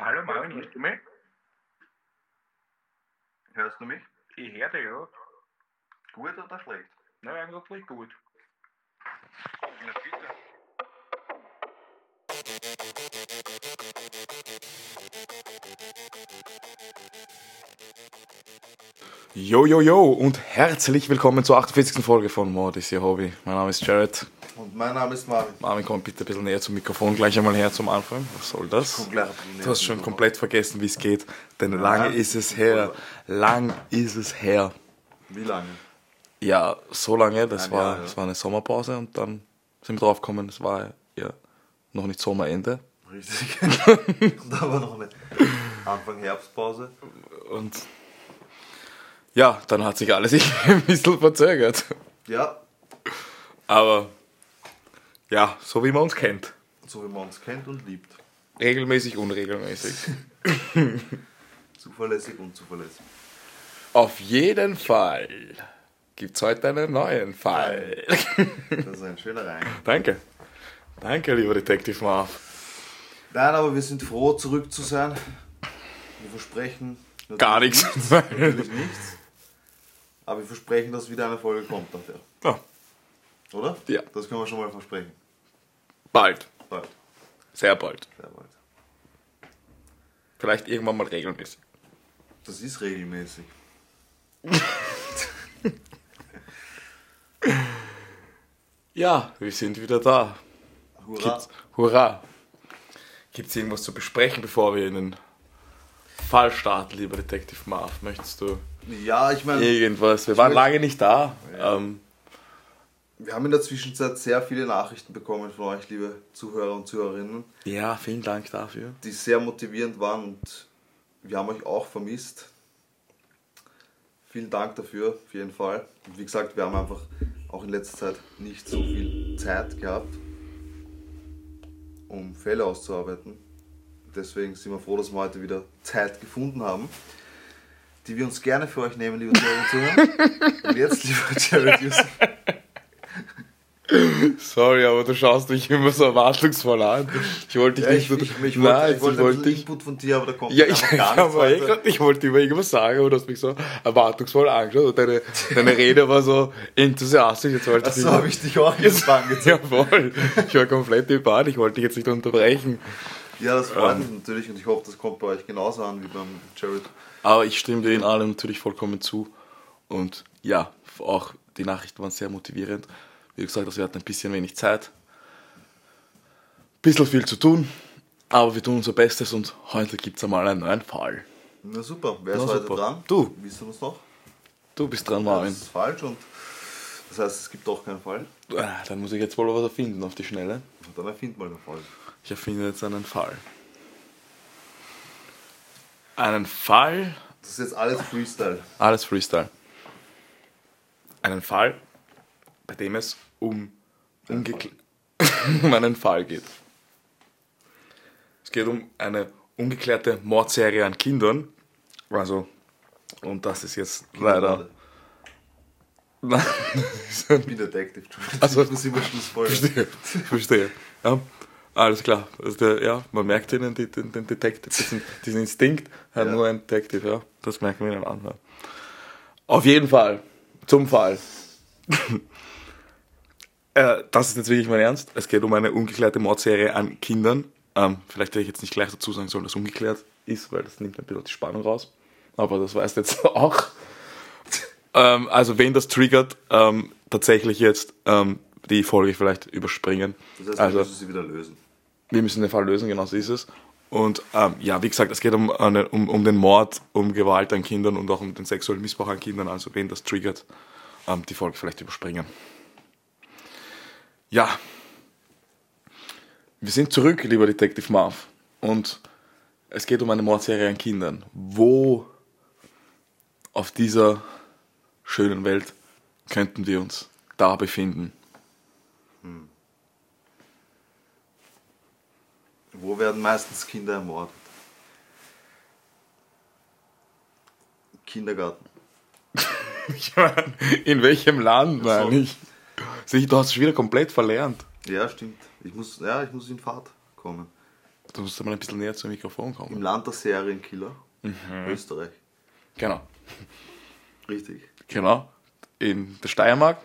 Hallo Marvin, hörst du mich? Hörst du mich? Ich höre dich, ja. Gut oder schlecht? Na, eigentlich gut. Na bitte. Jo und herzlich willkommen zur 48. Folge von Mord ist ihr Hobby. Mein Name ist Jared. Und mein Name ist Marvin. Marvin, komm bitte ein bisschen näher zum Mikrofon, gleich einmal her zum Anfang. Was soll das? Du hast schon komplett vergessen, wie es geht, denn lange ist es her. Lang ist es her. Wie lange? Ja, so lange, das Ein war Jahr, ja. das war eine Sommerpause und dann sind wir drauf gekommen, es war ja noch nicht Sommerende. Richtig. Und aber noch eine Anfang Herbstpause. Und ja, dann hat sich alles ein bisschen verzögert. Ja, Aber ja, so wie man uns kennt. so wie man uns kennt und liebt. Regelmäßig, unregelmäßig. Zuverlässig, unzuverlässig. Auf jeden Fall gibt's heute einen neuen Fall. Das ist ein schöner Reim. Danke. Danke, lieber Detective Marv. Nein, aber wir sind froh, zurück zu sein. Wir versprechen natürlich Gar nichts. Natürlich nichts. Aber wir versprechen, dass wieder eine Folge kommt dafür. Ja, Oder? Ja. Das können wir schon mal versprechen. bald. Bald. Sehr bald. Sehr bald. Vielleicht irgendwann mal regelmäßig. Das ist regelmäßig. Ja, wir sind wieder da. Hurra. Hurra. Gibt's irgendwas zu besprechen, bevor wir in den Fall starten, lieber Detective Marv? Möchtest du Ja, ich meine, irgendwas? Wir waren lange nicht da. Ja. Wir haben in der Zwischenzeit sehr viele Nachrichten bekommen von euch, liebe Zuhörer und Zuhörerinnen, Ja, vielen Dank dafür. die sehr motivierend waren und wir haben euch auch vermisst. Vielen Dank dafür, auf jeden Fall. Und wie gesagt, wir haben einfach auch in letzter Zeit nicht so viel Zeit gehabt, um Fälle auszuarbeiten. Deswegen sind wir froh, dass wir heute wieder Zeit gefunden haben, die wir uns gerne für euch nehmen, liebe Zuhörer und Zuhörer. Und jetzt, lieber Jared Yusuf, Sorry, aber du schaust mich immer so erwartungsvoll an. Ich wollte dich ja, nicht... ich wollte ein bisschen Input von dir, aber da kommt Ja, einfach ich gar nichts weiter. ich wollte immer irgendwas sagen, aber du hast mich so erwartungsvoll angeschaut. Und deine Rede war so enthusiastisch. Jetzt wollte Achso, habe ich dich auch jetzt angezogen. Jawohl, ich war komplett im Bad. Ich wollte dich jetzt nicht unterbrechen. Ja, das freut mich natürlich und ich hoffe, das kommt bei euch genauso an wie beim Jared. Aber ich stimme dir in allem natürlich vollkommen zu. Und ja, auch die Nachrichten waren sehr motivierend. Wie gesagt, wir hatten ein bisschen wenig Zeit. Ein bisschen viel zu tun. Aber wir tun unser Bestes und heute gibt es einmal einen neuen Fall. Na super, wer ist Na heute super. dran? Du. Wisst ihr das noch? Du bist dran, Das Marvin. ist falsch und das heißt, es gibt doch keinen Fall. Dann muss ich jetzt wohl was erfinden auf die Schnelle. Und dann erfind mal einen Fall. Ich erfinde jetzt einen Fall. Einen Fall, Das ist jetzt alles Freestyle. alles Freestyle. Einen Fall, bei dem es um einen Fall geht. Es geht um eine ungeklärte Mordserie an Kindern. Also, und das ist jetzt leider... Ich bin Detective. Also- Ich muss immer Schlussfolgern. Verstehe. Ja, alles klar. Also man merkt ihnen den Detective, diesen Instinkt, hat Ja. nur ein Detective, ja. Das merken wir ihnen an. Ja. Auf jeden Fall, zum Fall. Das ist jetzt wirklich mein Ernst. Es geht um eine ungeklärte Mordserie an Kindern. Vielleicht hätte ich jetzt nicht gleich dazu sagen sollen, dass ungeklärt ist, weil das nimmt ein bisschen die Spannung raus. Aber das weißt du jetzt auch. Also wen das triggert, tatsächlich jetzt die Folge vielleicht überspringen. Das heißt, Also wir müssen sie wieder lösen. wir müssen den Fall lösen, genau so ist es. Und ja, wie gesagt, es geht um den Mord, um Gewalt an Kindern und auch um den sexuellen Missbrauch an Kindern. Also wen das triggert, die Folge vielleicht überspringen. Ja, wir sind zurück, lieber Detective Marv. Und es geht um eine Mordserie an Kindern. Wo auf dieser schönen Welt könnten wir uns da befinden? Wo werden meistens Kinder ermordet? Kindergarten. Ich meine, in welchem Land, Ach so. meine ich? Sieh, du hast es wieder komplett verlernt. Ja, stimmt. Ich muss in Fahrt kommen. Du musst mal ein bisschen näher zum Mikrofon kommen. Im Land der Serienkiller. Österreich. Genau. Richtig. Genau. In der Steiermark.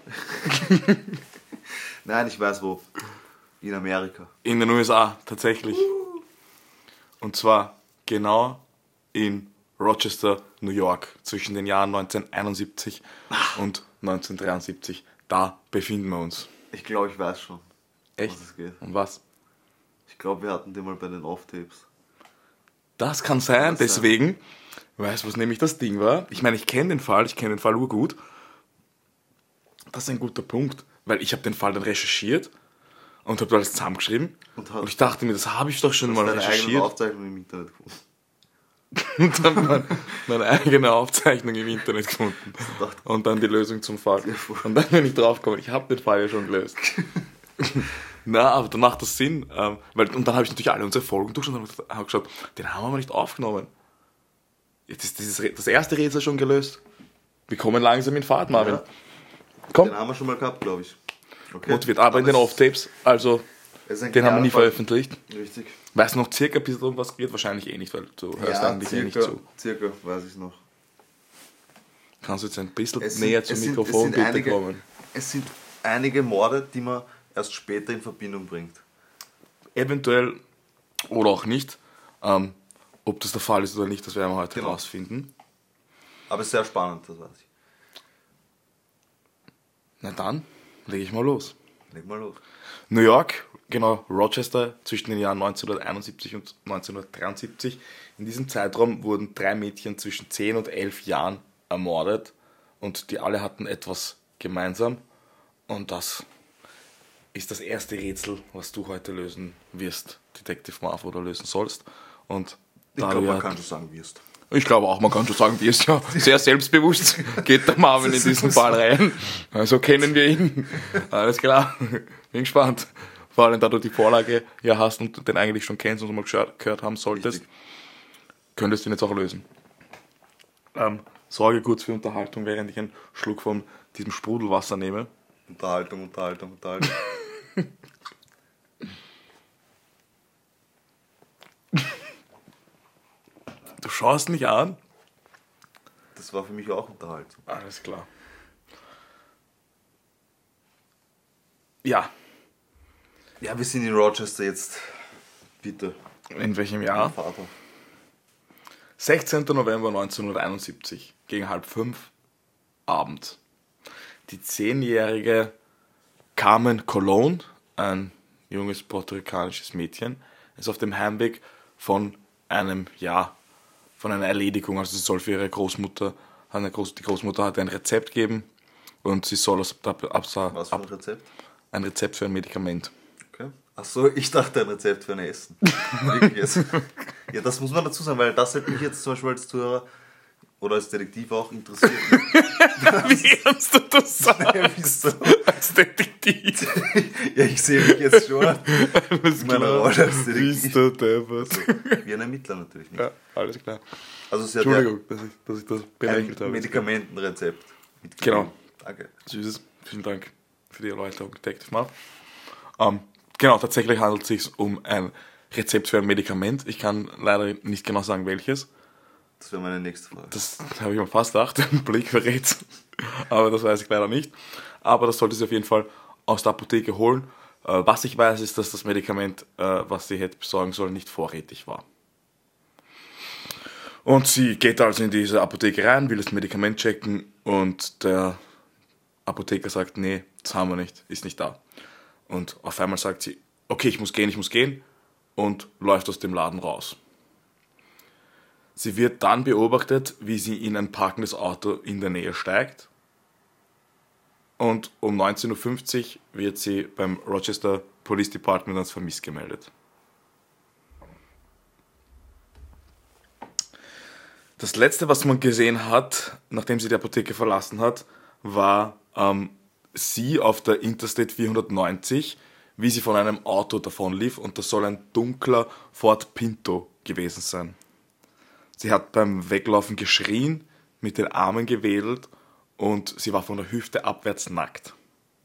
Nein, ich weiß wo. In Amerika. In den USA, tatsächlich. Und zwar genau in Rochester, New York, zwischen den Jahren 1971 und 1973. Da befinden wir uns. Ich glaube, ich weiß schon, Echt? was es geht. Und was? Ich glaube, wir hatten den mal bei den Off-Tapes. Das kann sein, deswegen, weißt du, was nämlich das Ding war? Ich meine, ich kenne den Fall urgut. Das ist ein guter Punkt, weil ich habe den Fall dann recherchiert und habe alles zusammengeschrieben. Und ich dachte mir, das habe ich doch schon mal Deine eigene recherchiert. Aufzeichnung im Internet gefunden. Und dann meine eigene Aufzeichnung im Internet gefunden. Und dann die Lösung zum Fall. Und dann bin ich draufgekommen, ich habe den Fall ja schon gelöst. Na, aber dann macht das Sinn. Und dann habe ich natürlich alle unsere Folgen durch und habe geschaut, den haben wir aber nicht aufgenommen. Jetzt ist das erste Rätsel schon gelöst. Wir kommen langsam in Fahrt, Marvin. Ja. Komm, Den haben wir schon mal gehabt, glaube ich. Okay. motiviert. Aber in den Off-Tapes, also Es ist ein den haben wir nie Knallfall. veröffentlicht. Richtig. Weißt du noch circa, bis um was geht? Wahrscheinlich eh nicht, weil du hörst Ja, eigentlich eh nicht zu. circa, weiß ich noch. Kannst du jetzt ein bisschen Es näher sind- zum es sind- Mikrofon es sind bitte einige- kommen? Es sind einige Morde, die man erst später in Verbindung bringt. Eventuell oder auch nicht. Ob das der Fall ist oder nicht, das werden wir heute Genau. herausfinden. Aber es ist sehr spannend, das weiß ich. Na dann, lege ich mal los. Leg mal los. New York, genau, Rochester, zwischen den Jahren 1971 und 1973. In diesem Zeitraum wurden 3 Mädchen zwischen 10 und 11 Jahren ermordet und die alle hatten etwas gemeinsam. Und das ist das erste Rätsel, was du heute lösen wirst, Detective Marv, oder lösen sollst. Und Ich da glaube, du man ja- kann schon sagen, wirst. Ich glaube auch, man kann schon sagen, die ist ja sehr selbstbewusst, geht der Marvin in diesen Fall rein. Also kennen wir ihn. Alles klar, bin gespannt. Vor allem, da du die Vorlage ja hast und den eigentlich schon kennst und mal gehört haben solltest, Richtig. könntest du ihn jetzt auch lösen. Sorge kurz für Unterhaltung, während ich einen Schluck von diesem Sprudelwasser nehme. Unterhaltung. Du schaust mich an. Das war für mich auch Unterhaltung. Alles klar. Ja, Ja, wir sind in Rochester jetzt. Bitte. in welchem Jahr? Vater. 16. November 1971, gegen 4:30 abends. Die 10-jährige Carmen Colon, ein junges puerto-ricanisches Mädchen, ist auf dem Heimweg von einer Erledigung. Also sie soll für ihre Großmutter, die Großmutter hatte ein Rezept geben und sie soll Was für ein Rezept? ein Rezept für ein Medikament. Okay. Achso, ich dachte ein Rezept für ein Essen. Wirklich jetzt. Ja, das muss man dazu sagen, weil das hätte mich jetzt zum Beispiel als Zuhörer oder als Detektiv auch interessiert. Wie kannst du das sagen? Wieso? Als Detektiv. Ja, ich sehe mich jetzt schon Alles in meiner klar. Rolle als Bist Detektiv. du deppert. Wie ein Ermittler natürlich nicht. Ja, alles klar. Also sie hat ja Entschuldigung, dass ich das belächelt ein habe. Medikamentenrezept mitgegeben. Genau. Danke. Süßes. Vielen Dank für die Erläuterung, Detective Marv. Genau, tatsächlich handelt es sich um ein Rezept für ein Medikament. Ich kann leider nicht genau sagen, welches. Das wäre meine nächste Frage. Das habe ich mir fast gedacht. Ein Blick verrät. Aber das weiß ich leider nicht. Aber das sollte sie auf jeden Fall aus der Apotheke holen. Was ich weiß, ist, dass das Medikament, was sie hätte besorgen sollen, nicht vorrätig war. Und sie geht also in diese Apotheke rein, will das Medikament checken und der Apotheker sagt, nee, das haben wir nicht, ist nicht da. Und auf einmal sagt sie, okay, ich muss gehen und läuft aus dem Laden raus. Sie wird dann beobachtet, wie sie in ein parkendes Auto in der Nähe steigt. Und um 19:50 Uhr wird sie beim Rochester Police Department als vermisst gemeldet. Das letzte, was man gesehen hat, nachdem sie die Apotheke verlassen hat, war sie auf der Interstate 490, wie sie von einem Auto davonlief, und das soll ein dunkler Ford Pinto gewesen sein. Sie hat beim Weglaufen geschrien, mit den Armen gewedelt und sie war von der Hüfte abwärts nackt.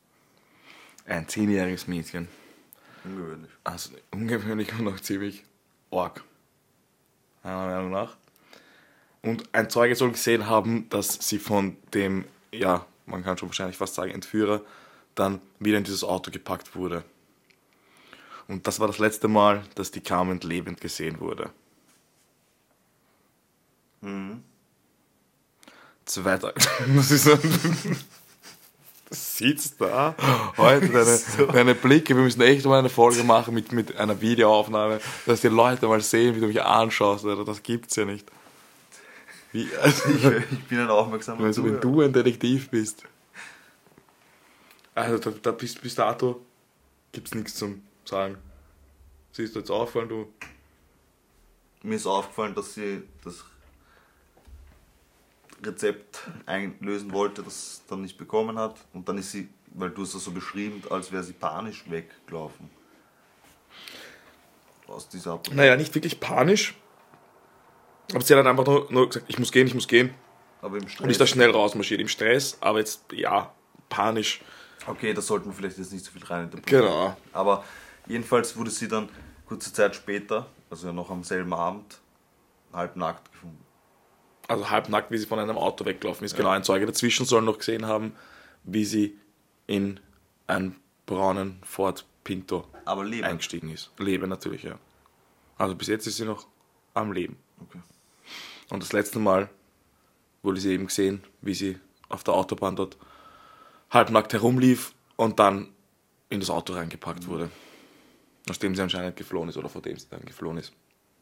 Ein 10-jähriges Mädchen. Ungewöhnlich. Also ungewöhnlich und auch ziemlich arg. Meiner Meinung nach. Und ein Zeuge soll gesehen haben, dass sie von dem, ja, man kann schon wahrscheinlich fast sagen, Entführer, dann wieder in dieses Auto gepackt wurde. Und das war das letzte Mal, dass die Carmen lebend gesehen wurde. 2 Tage. Das ist das sieht's da. Heute deine Blicke. Wir müssen echt mal eine Folge machen mit einer Videoaufnahme, dass die Leute mal sehen, wie du mich anschaust. Oder? Das gibt's ja nicht. Wie, also, Ich bin ein aufmerksamer also wenn du ein Detektiv bist. Also da bis dato gibt's nichts zum Sagen. Siehst du jetzt auffallen, du. Mir ist aufgefallen, dass sie das Rezept einlösen wollte, das dann nicht bekommen hat. Und dann ist sie, weil du es so beschrieben, als wäre sie panisch weggelaufen. Aus dieser Apotheke. Naja, nicht wirklich panisch. Aber sie hat dann einfach nur gesagt, ich muss gehen. Aber im Stress. Und ist da schnell rausmarschiert. Im Stress, aber jetzt, ja, panisch. Okay, da sollten wir vielleicht jetzt nicht so viel reininterpretieren. Genau. Aber jedenfalls wurde sie dann kurze Zeit später, also noch am selben Abend, halbnackt gefunden. Also halbnackt, wie sie von einem Auto weggelaufen ist. Genau, ein Zeuge dazwischen soll noch gesehen haben, wie sie in einen braunen Ford Pinto Aber leben. eingestiegen ist. Leben natürlich, ja. Also bis jetzt ist sie noch am Leben. Okay. Und das letzte Mal wurde sie eben gesehen, wie sie auf der Autobahn dort halbnackt herumlief und dann in das Auto reingepackt wurde. Aus dem sie anscheinend geflohen ist oder vor dem sie dann geflohen ist.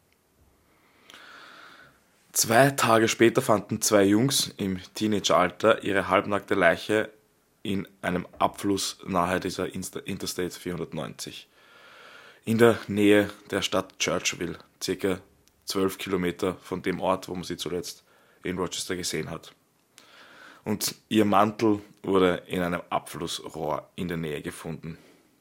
2 Tage später fanden 2 Jungs im Teenageralter ihre halbnackte Leiche in einem Abfluss nahe dieser Interstate 490. In der Nähe der Stadt Churchville, ca. 12 Kilometer von dem Ort, wo man sie zuletzt in Rochester gesehen hat. Und ihr Mantel wurde in einem Abflussrohr in der Nähe gefunden.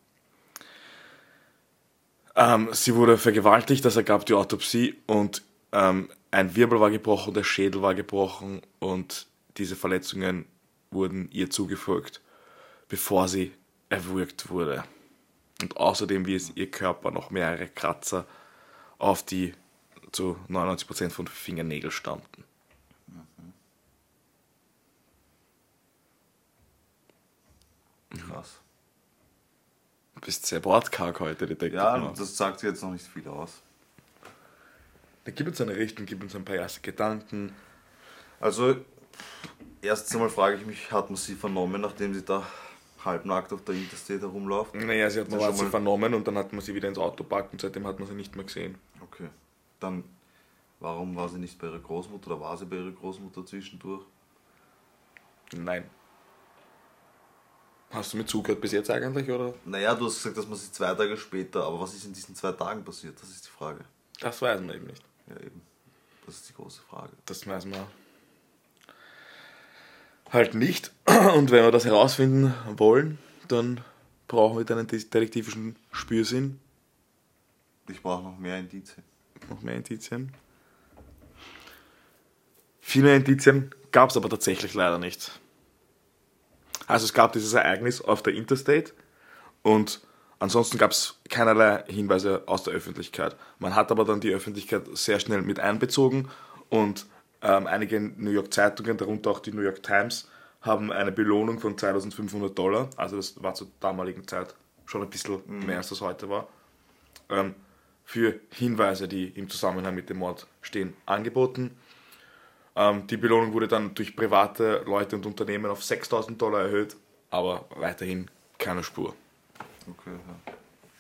Sie wurde vergewaltigt, das ergab die Autopsie, und ein Wirbel war gebrochen, der Schädel war gebrochen und diese Verletzungen wurden ihr zugefügt, bevor sie erwürgt wurde. Und außerdem wies ihr Körper noch mehrere Kratzer auf die zu 99% von Fingernägeln stammten. Krass. Du bist sehr wortkarg heute, Detektiv. Ja, Maus. das sagt sie jetzt noch nicht viel aus. Da gibt uns eine Richtung, gibt uns ein paar erste Gedanken. Also, erstens einmal frage ich mich, hat man sie vernommen, nachdem sie da halbnackt auf der Interstate herumläuft? Naja, sie hat Das ist mal schon sie mal- vernommen und dann hat man sie wieder ins Auto gepackt und seitdem hat man sie nicht mehr gesehen. Okay. Dann, warum war sie nicht bei ihrer Großmutter oder war sie bei ihrer Großmutter zwischendurch? Nein. Hast du mir zugehört bis jetzt eigentlich, oder? Naja, du hast gesagt, dass man sie 2 Tage später, aber was ist in diesen 2 Tagen passiert? Das ist die Frage. Das weiß man eben nicht. Ja, eben. Das ist die große Frage. Das weiß man halt nicht. Und wenn wir das herausfinden wollen, dann brauchen wir einen detektivischen Spürsinn. Ich brauche noch mehr Indizien. Noch mehr Indizien. Viel mehr Indizien gab es aber tatsächlich leider nicht. Also es gab dieses Ereignis auf der Interstate und ansonsten gab es keinerlei Hinweise aus der Öffentlichkeit. Man hat aber dann die Öffentlichkeit sehr schnell mit einbezogen und einige New York Zeitungen, darunter auch die New York Times, haben eine Belohnung von $2.500, also das war zur damaligen Zeit schon ein bisschen mehr als das heute war, für Hinweise, die im Zusammenhang mit dem Mord stehen, angeboten. Die Belohnung wurde dann durch private Leute und Unternehmen auf $6.000 erhöht, aber weiterhin keine Spur. Okay, ja.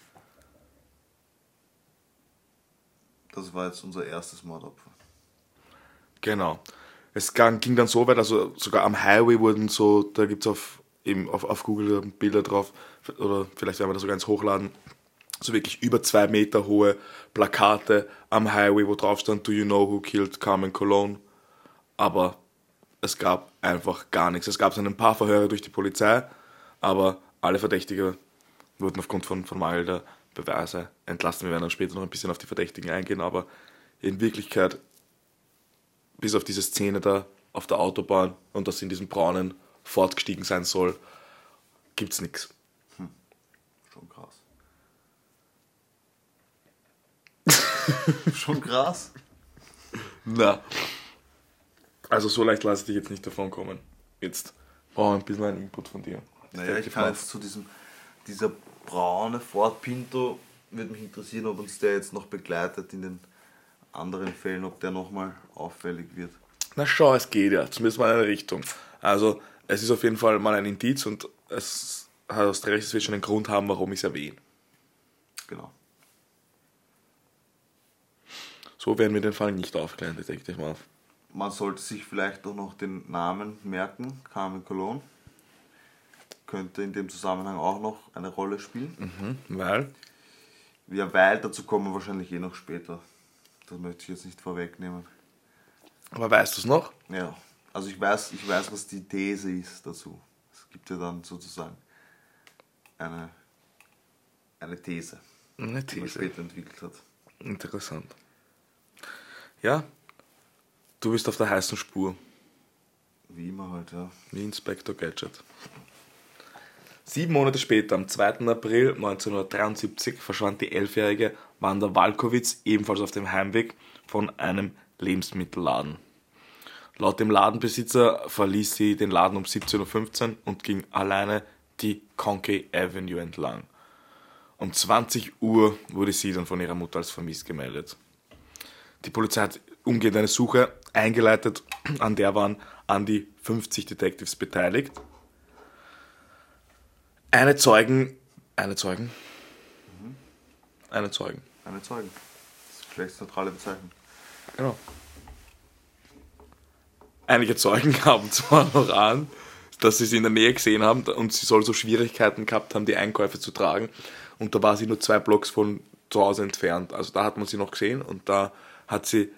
Das war jetzt unser erstes Mordopfer. Genau. Es ging dann so weit, also sogar am Highway wurden so, da gibt es auf Google Bilder drauf, oder vielleicht werden wir das sogar eins hochladen, so wirklich über 2 Meter hohe Plakate am Highway, wo drauf stand, "Do you know who killed Carmen Colon?" Aber es gab einfach gar nichts. Es gab ein paar Verhöre durch die Polizei, aber alle Verdächtige wurden aufgrund von mangelnder Beweise entlassen. Wir werden dann später noch ein bisschen auf die Verdächtigen eingehen, aber in Wirklichkeit, bis auf diese Szene da auf der Autobahn und dass sie in diesem braunen Ford gestiegen sein soll, gibt's nichts. Schon krass. Schon krass. Na. Also so leicht lasse ich dich jetzt nicht davon kommen. Jetzt brauche ich ein bisschen einen Input von dir. Naja, ich kann jetzt zu dieser braune Ford Pinto, würde mich interessieren, ob uns der jetzt noch begleitet in den anderen Fällen, ob der nochmal auffällig wird. Na schau, es geht ja, zumindest mal in eine Richtung. Also es ist auf jeden Fall mal ein Indiz und es hat aus der Recht, es wird schon einen Grund haben, warum ich es erwähne. Genau. So werden wir den Fall nicht aufklären, Detektiv Marv. Man sollte sich vielleicht auch noch den Namen merken, Carmen Cologne. Könnte in dem Zusammenhang auch noch eine Rolle spielen. Weil? Ja, weil, dazu kommen wir wahrscheinlich noch später. Das möchte ich jetzt nicht vorwegnehmen. Aber weißt du es noch? Ja, also ich weiß, was die These ist dazu. Es gibt ja dann sozusagen eine These, Eine die man These. später entwickelt hat. Interessant. Ja, du bist auf der heißen Spur, Wie immer halt, ja. wie Inspector Gadget. 7 Monate später, am 2. April 1973, verschwand die 11-jährige Wanda Walkowicz ebenfalls auf dem Heimweg von einem Lebensmittelladen. Laut dem Ladenbesitzer verließ sie den Laden um 17:15 Uhr und ging alleine die Conkey Avenue entlang. Um 20 Uhr wurde sie dann von ihrer Mutter als vermisst gemeldet. Die Polizei hat umgehend eine Suche eingeleitet, an der waren an die 50 Detectives beteiligt. Eine Zeugen. Eine Zeugen. Das ist eine geschlechtsneutrale Bezeichnung. Genau. Einige Zeugen gaben zwar noch an, dass sie in der Nähe gesehen haben und sie soll so Schwierigkeiten gehabt haben, die Einkäufe zu tragen. Und da war sie nur 2 Blocks von zu Hause entfernt. Also da hat man sie noch gesehen und da hat sie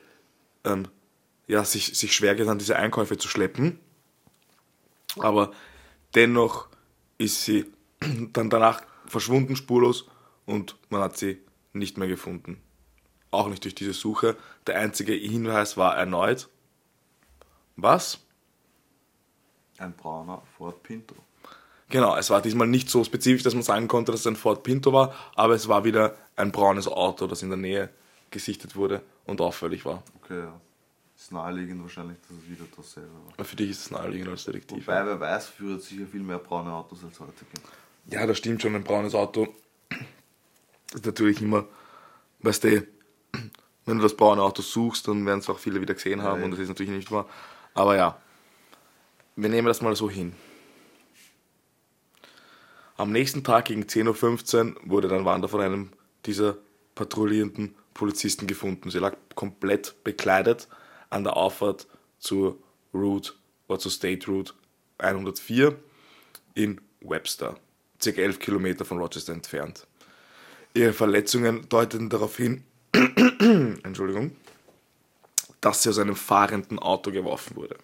sich schwer getan, diese Einkäufe zu schleppen. Aber dennoch ist sie dann danach verschwunden, spurlos, und man hat sie nicht mehr gefunden. Auch nicht durch diese Suche. Der einzige Hinweis war erneut: was? Ein brauner Ford Pinto. Genau, es war diesmal nicht so spezifisch, dass man sagen konnte, dass es ein Ford Pinto war, aber es war wieder ein braunes Auto, das in der Nähe gesichtet wurde und auffällig war. Okay, ja. Ist naheliegend wahrscheinlich, dass es wieder dasselbe war. Für dich ist es naheliegend als Detektiv. Wobei, wer weiß, früher hat es sicher viel mehr braune Autos als heute gibt. Ja, das stimmt schon, ein braunes Auto ist natürlich immer, weißt du, wenn du das braune Auto suchst, dann werden es auch viele wieder gesehen haben, Ja. und das ist natürlich nicht wahr. Aber ja, wir nehmen das mal so hin. Am nächsten Tag gegen 10:15 Uhr wurde dann Wanda von einem dieser patrouillierenden Polizisten gefunden. Sie lag komplett bekleidet an der Auffahrt zur State Route 104 in Webster, ca. 11 Kilometer von Rochester entfernt. Ihre Verletzungen deuteten darauf hin, Entschuldigung, dass sie aus einem fahrenden Auto geworfen wurde.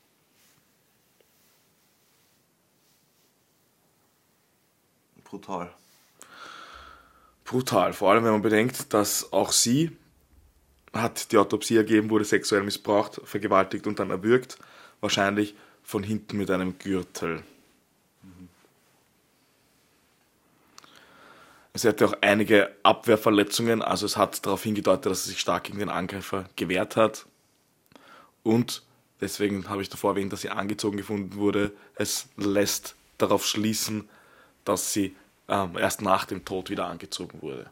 Brutal. Brutal, vor allem wenn man bedenkt, dass auch sie, hat die Autopsie ergeben, wurde sexuell missbraucht, vergewaltigt und dann erwürgt, wahrscheinlich von hinten mit einem Gürtel. Sie hatte auch einige Abwehrverletzungen, also es hat darauf hingedeutet, dass sie sich stark gegen den Angreifer gewehrt hat. Und deswegen habe ich davor erwähnt, dass sie angezogen gefunden wurde. Es lässt darauf schließen, dass sie erst nach dem Tod wieder angezogen wurde.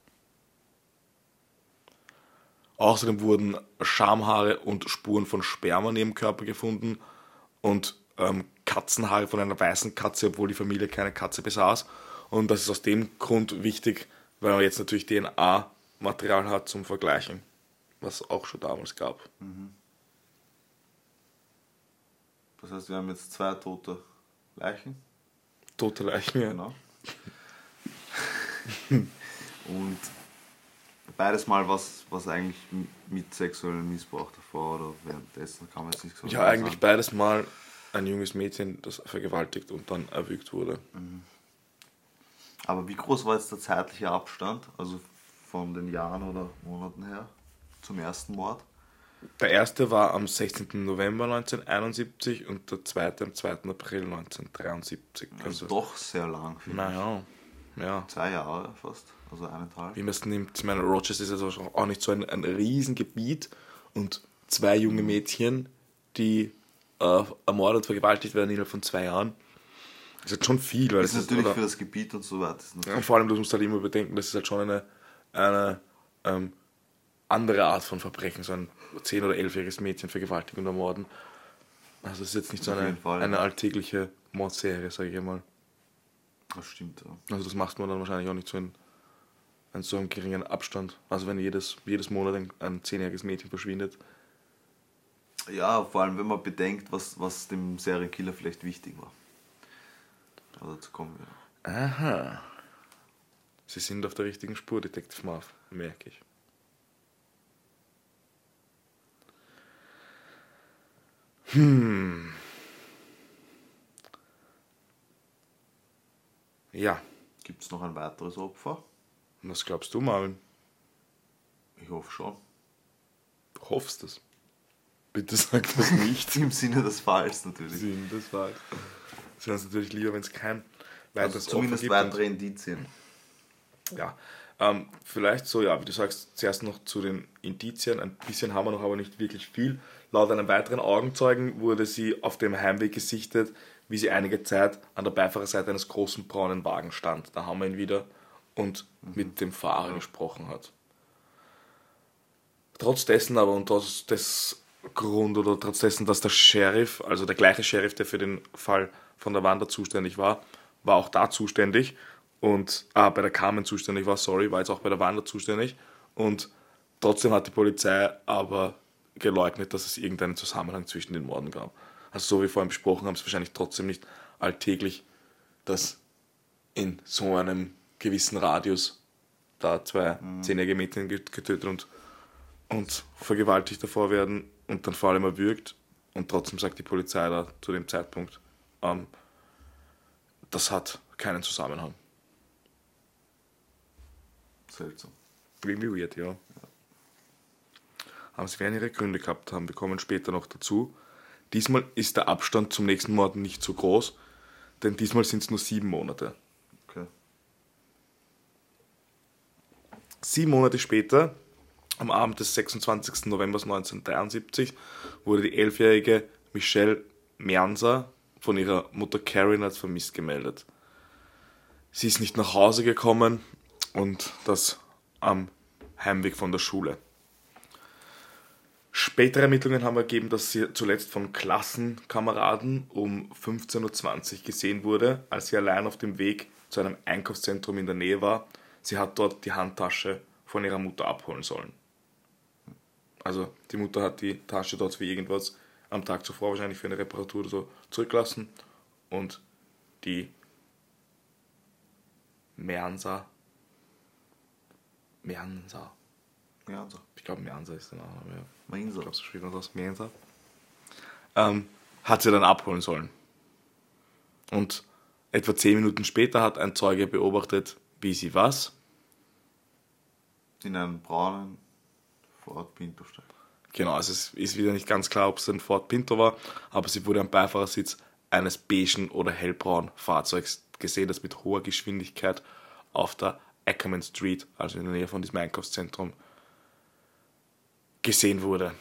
Außerdem wurden Schamhaare und Spuren von Sperma in ihrem Körper gefunden und Katzenhaare von einer weißen Katze, obwohl die Familie keine Katze besaß. Und das ist aus dem Grund wichtig, weil man jetzt natürlich DNA-Material hat zum Vergleichen, was auch schon damals gab. Das heißt, wir haben jetzt 2 tote Leichen. Tote Leichen, ja. Genau. Und beides mal was eigentlich mit sexuellem Missbrauch davor oder währenddessen, kann man jetzt nicht so Ja, eigentlich beides mal ein junges Mädchen, das vergewaltigt und dann erwürgt wurde. Aber wie groß war jetzt der zeitliche Abstand, also von den Jahren oder Monaten her, zum ersten Mord? Der erste war am 16. November 1971 und der zweite am 2. April 1973. Also doch sehr lang. Finde ich. Naja, ja, 2 Jahre fast, also 1,5. wie man es nimmt. Ich meine, Rochester ist also auch nicht so ein Riesengebiet und 2 junge Mädchen, die ermordet und vergewaltigt werden innerhalb von 2 Jahren. Das ist halt schon viel. Weil Das ist das natürlich oder- für das Gebiet und so weiter. Das ist Ja, natürlich- und vor allem, du musst halt immer bedenken, das ist halt schon eine andere Art von Verbrechen, so ein 10- oder 11-jähriges Mädchen vergewaltigen und ermorden. Also das ist jetzt nicht so Auf eine, jeden Fall, eine ja. alltägliche Mordserie, sage ich mal. Das stimmt, ja. Also das macht man dann wahrscheinlich auch nicht so in so einem geringen Abstand. Also wenn jedes Monat ein 10-jähriges Mädchen verschwindet. Ja, vor allem wenn man bedenkt, was dem Serienkiller vielleicht wichtig war. Aber dazu kommen wir. Aha. Sie sind auf der richtigen Spur, Detective Marv, merke ich. Ja, Gibt es noch ein weiteres Opfer? was glaubst du, Marvin? Ich hoffe schon. Du hoffst es. Bitte sag das nicht. Im Sinne des Falls natürlich. Sinn, das war. Es wäre uns natürlich lieber, wenn es kein Also weiteres zumindest Opfer gibt. weitere Indizien. Ja, vielleicht so, ja, wie du sagst, zuerst noch zu den Indizien. Ein bisschen haben wir noch, aber nicht wirklich viel. Laut einem weiteren Augenzeugen wurde sie auf dem Heimweg gesichtet, wie sie einige Zeit an der Beifahrerseite eines großen braunen Wagens stand. Da haben wir ihn wieder und mit dem Fahrer gesprochen hat. Trotz dessen aber und trotz des Grund oder trotz dessen, dass der Sheriff, also der gleiche Sheriff, der für den Fall von der Wanda zuständig war auch da zuständig und bei der Carmen zuständig war jetzt auch bei der Wanda zuständig und trotzdem hat die Polizei aber geleugnet, dass es irgendeinen Zusammenhang zwischen den Morden gab. Also so wie vorhin besprochen, haben es wahrscheinlich trotzdem nicht alltäglich, dass in so einem gewissen Radius da 2 10-jährige Mädchen getötet und vergewaltigt davor werden und dann vor allem erwürgt. Und trotzdem sagt die Polizei da zu dem Zeitpunkt, das hat keinen Zusammenhang. Seltsam. Irgendwie weird, ja. Aber sie werden ihre Gründe gehabt haben, wir kommen später noch dazu. Diesmal ist der Abstand zum nächsten Mord nicht so groß, denn diesmal sind es nur 7 Monate. Okay. 7 Monate später, am Abend des 26. November 1973, wurde die 11-jährige Michelle Meanza von ihrer Mutter Karen als vermisst gemeldet. Sie ist nicht nach Hause gekommen und das am Heimweg von der Schule. Spätere Ermittlungen haben ergeben, dass sie zuletzt von Klassenkameraden um 15:20 Uhr gesehen wurde, als sie allein auf dem Weg zu einem Einkaufszentrum in der Nähe war. Sie hat dort die Handtasche von ihrer Mutter abholen sollen. Also die Mutter hat die Tasche dort für irgendwas am Tag zuvor, wahrscheinlich für eine Reparatur oder so, zurückgelassen und die Meanza, Ja, so. ich glaube Meanza ist der Name, ja. Mein Ich glaube, so spricht man das, Meanza, hat sie dann abholen sollen. Und etwa 10 Minuten später hat ein Zeuge beobachtet, wie sie was? In einem braunen Ford Pinto steigt. Genau, also es ist wieder nicht ganz klar, ob es ein Ford Pinto war, aber sie wurde am Beifahrersitz eines beigen oder hellbraunen Fahrzeugs gesehen, das mit hoher Geschwindigkeit auf der Ackerman Street, also in der Nähe von diesem Einkaufszentrum, gesehen wurde.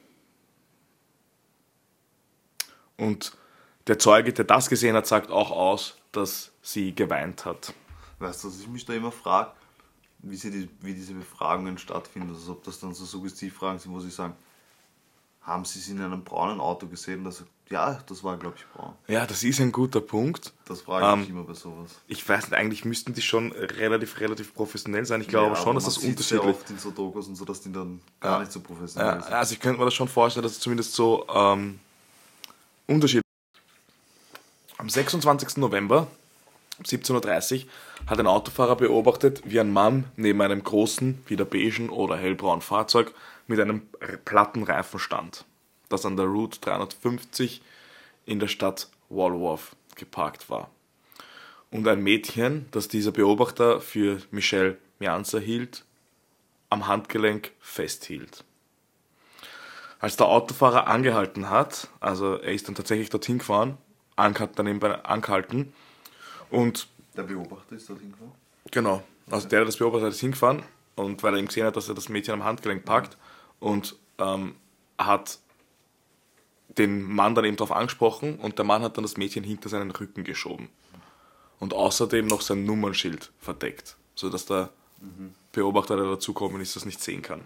Und der Zeuge, der das gesehen hat, sagt auch aus, dass sie geweint hat. Weißt du, was ich mich da immer frage, wie diese Befragungen stattfinden, also ob das dann so Suggestivfragen sind, wo sie sagen, haben sie in einem braunen Auto gesehen? Das, ja, das war, glaube ich, braun. Ja, das ist ein guter Punkt. Das frage ich mich immer bei sowas. Ich weiß nicht, eigentlich müssten die schon relativ professionell sein. Ich glaube aber schon, dass das man sieht sehr unterschiedlich oft in so Dokus und so, dass die dann gar nicht so professionell sind. also ich könnte mir das schon vorstellen, dass es zumindest so unterschiedlich ist. Am 26. November um 17:30 Uhr hat ein Autofahrer beobachtet, wie ein Mann neben einem großen, wieder beigen oder hellbraunen Fahrzeug mit einem platten Reifen stand, das an der Route 350 in der Stadt Walworth geparkt war. Und ein Mädchen, das dieser Beobachter für Michelle Meanza hielt, am Handgelenk festhielt. Als der Autofahrer angehalten hat, also er ist dann tatsächlich dorthin gefahren, hat daneben angehalten und Der Beobachter ist dorthin gefahren? Genau. Also der das beobachtet hat, ist hingefahren und weil er ihm gesehen hat, dass er das Mädchen am Handgelenk packt und hat den Mann dann eben darauf angesprochen und der Mann hat dann das Mädchen hinter seinen Rücken geschoben. Und außerdem noch sein Nummernschild verdeckt, sodass der Beobachter, der dazukommen ist, das nicht sehen kann.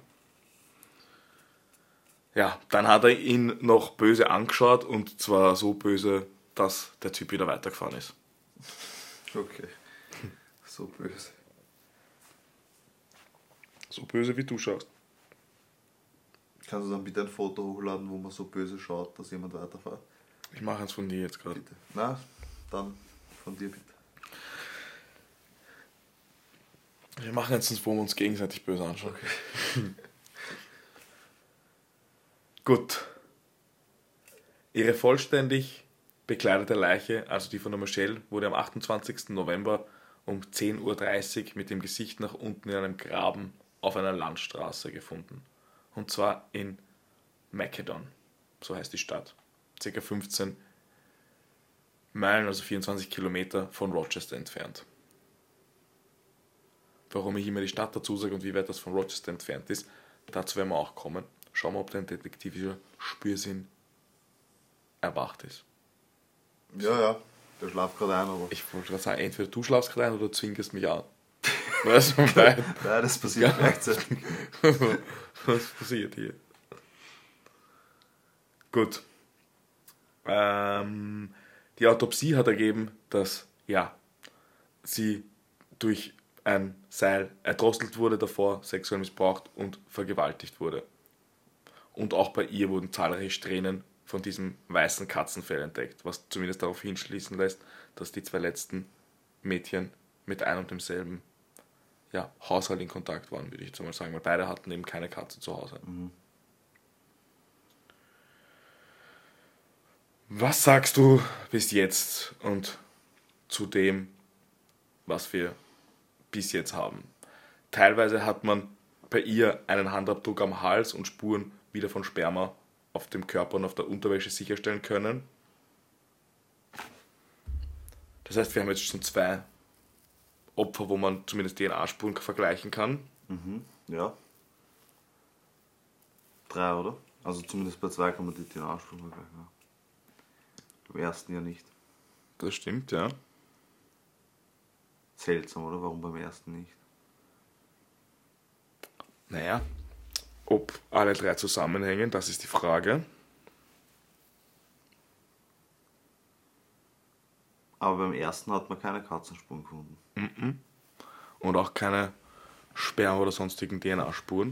Ja, dann hat er ihn noch böse angeschaut und zwar so böse, dass der Typ wieder weitergefahren ist. Okay. So böse. So böse, wie du schaust. Kannst du dann bitte ein Foto hochladen, wo man so böse schaut, dass jemand weiterfährt? Ich mache eins von dir jetzt gerade. Bitte. Na, dann von dir bitte. Wir machen jetzt, wo wir uns gegenseitig böse anschauen. Okay. Gut. Ihre vollständig bekleidete Leiche, also die von der Michelle, wurde am 28. November um 10:30 Uhr mit dem Gesicht nach unten in einem Graben auf einer Landstraße gefunden. Und zwar in Macedon, so heißt die Stadt. Circa 15 Meilen, also 24 Kilometer von Rochester entfernt. Warum ich immer die Stadt dazu sage und wie weit das von Rochester entfernt ist, dazu werden wir auch kommen. Schauen wir, ob dein detektivischer Spürsinn erwacht ist. Ja, der schlaft gerade ein, aber. Ich wollte gerade sagen, entweder du schlafst gerade ein oder du zwinkerst mich an. Was? Nein, das passiert gleichzeitig. was passiert hier? Gut. Die Autopsie hat ergeben, dass sie durch ein Seil erdrosselt wurde davor, sexuell missbraucht und vergewaltigt wurde. Und auch bei ihr wurden zahlreiche Strähnen von diesem weißen Katzenfell entdeckt, was zumindest darauf hinschließen lässt, dass die zwei letzten Mädchen mit einem und demselben Haushalt in Kontakt waren, würde ich jetzt mal sagen, weil beide hatten eben keine Katze zu Hause. Was sagst du bis jetzt und zu dem, was wir bis jetzt haben? Teilweise hat man bei ihr einen Handabdruck am Hals und Spuren wieder von Sperma auf dem Körper und auf der Unterwäsche sicherstellen können. Das heißt, wir haben jetzt schon 2 Opfer, wo man zumindest DNA-Spuren vergleichen kann. Ja. 3, oder? Also zumindest bei 2 kann man die DNA-Spuren vergleichen. Ja. Beim ersten ja nicht. Das stimmt, ja. Seltsam, oder? Warum beim ersten nicht? Naja, ob alle 3 zusammenhängen, das ist die Frage. Aber beim ersten hat man keine Katzenspuren gefunden. Und auch keine Sperma- oder sonstigen DNA-Spuren.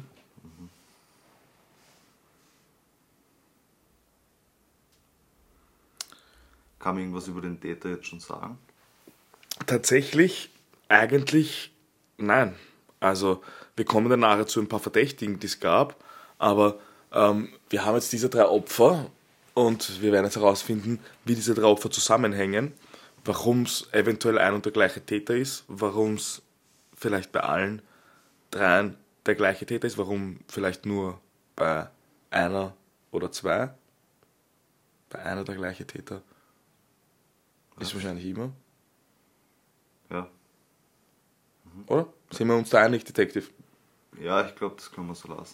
Kann man irgendwas über den Täter jetzt schon sagen? Tatsächlich, eigentlich, nein. Also, wir kommen dann nachher zu ein paar Verdächtigen, die es gab, aber wir haben jetzt diese 3 Opfer und wir werden jetzt herausfinden, wie diese 3 Opfer zusammenhängen, warum es eventuell ein und der gleiche Täter ist, warum es vielleicht bei allen 3 der gleiche Täter ist, warum vielleicht nur bei einer oder 2, bei einer der gleiche Täter ist wahrscheinlich immer. Ja. Oder? Sind wir uns da einig, Detective? Ja, ich glaube, das können wir so lassen.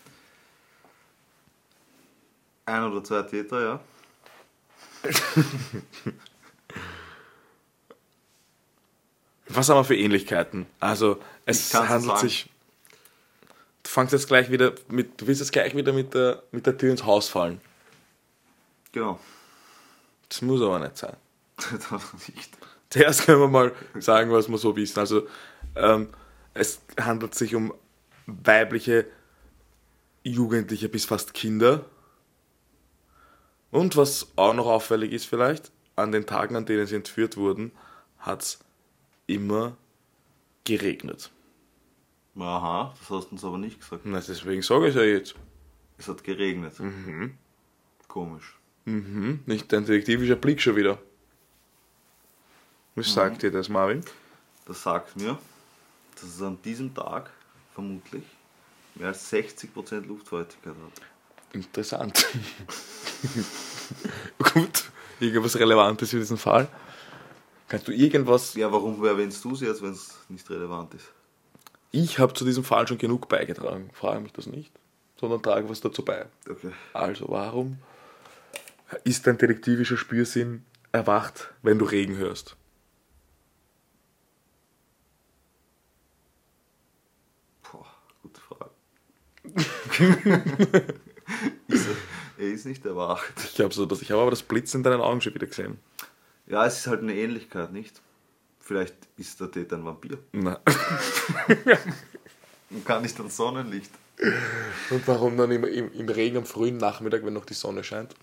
1 oder 2 Täter, ja. Was haben wir für Ähnlichkeiten? Also, es handelt sich. Du fängst jetzt gleich wieder mit. Du willst jetzt gleich wieder mit der Tür ins Haus fallen. Genau. Das muss aber nicht sein. Das nicht. Zuerst können wir mal sagen, was wir so wissen. Also, es handelt sich um weibliche, Jugendliche bis fast Kinder. Und was auch noch auffällig ist vielleicht, an den Tagen, an denen sie entführt wurden, hat es immer geregnet. Aha, das hast du uns aber nicht gesagt. Na, deswegen sage ich ja jetzt. Es hat geregnet. Komisch. Nicht dein detektivischer Blick schon wieder. Was sagt dir das, Marvin? Das sagt mir, dass es an diesem Tag vermutlich mehr als 60% Luftfeuchtigkeit hat. Interessant. Gut, irgendwas Relevantes für diesen Fall. Kannst du irgendwas... Ja, warum erwähnst du sie jetzt, wenn es nicht relevant ist? Ich habe zu diesem Fall schon genug beigetragen. Frage mich das nicht, sondern trage was dazu bei. Okay. Also, warum ist dein detektivischer Spürsinn erwacht, wenn du Regen hörst? Boah, gute Frage. Er ist nicht erwacht. Ich habe aber das Blitzen in deinen Augen schon wieder gesehen. Ja, es ist halt eine Ähnlichkeit, nicht? Vielleicht ist der Täter ein Vampir. Na. Und kann nicht ans Sonnenlicht. Und warum dann im Regen am frühen Nachmittag, wenn noch die Sonne scheint?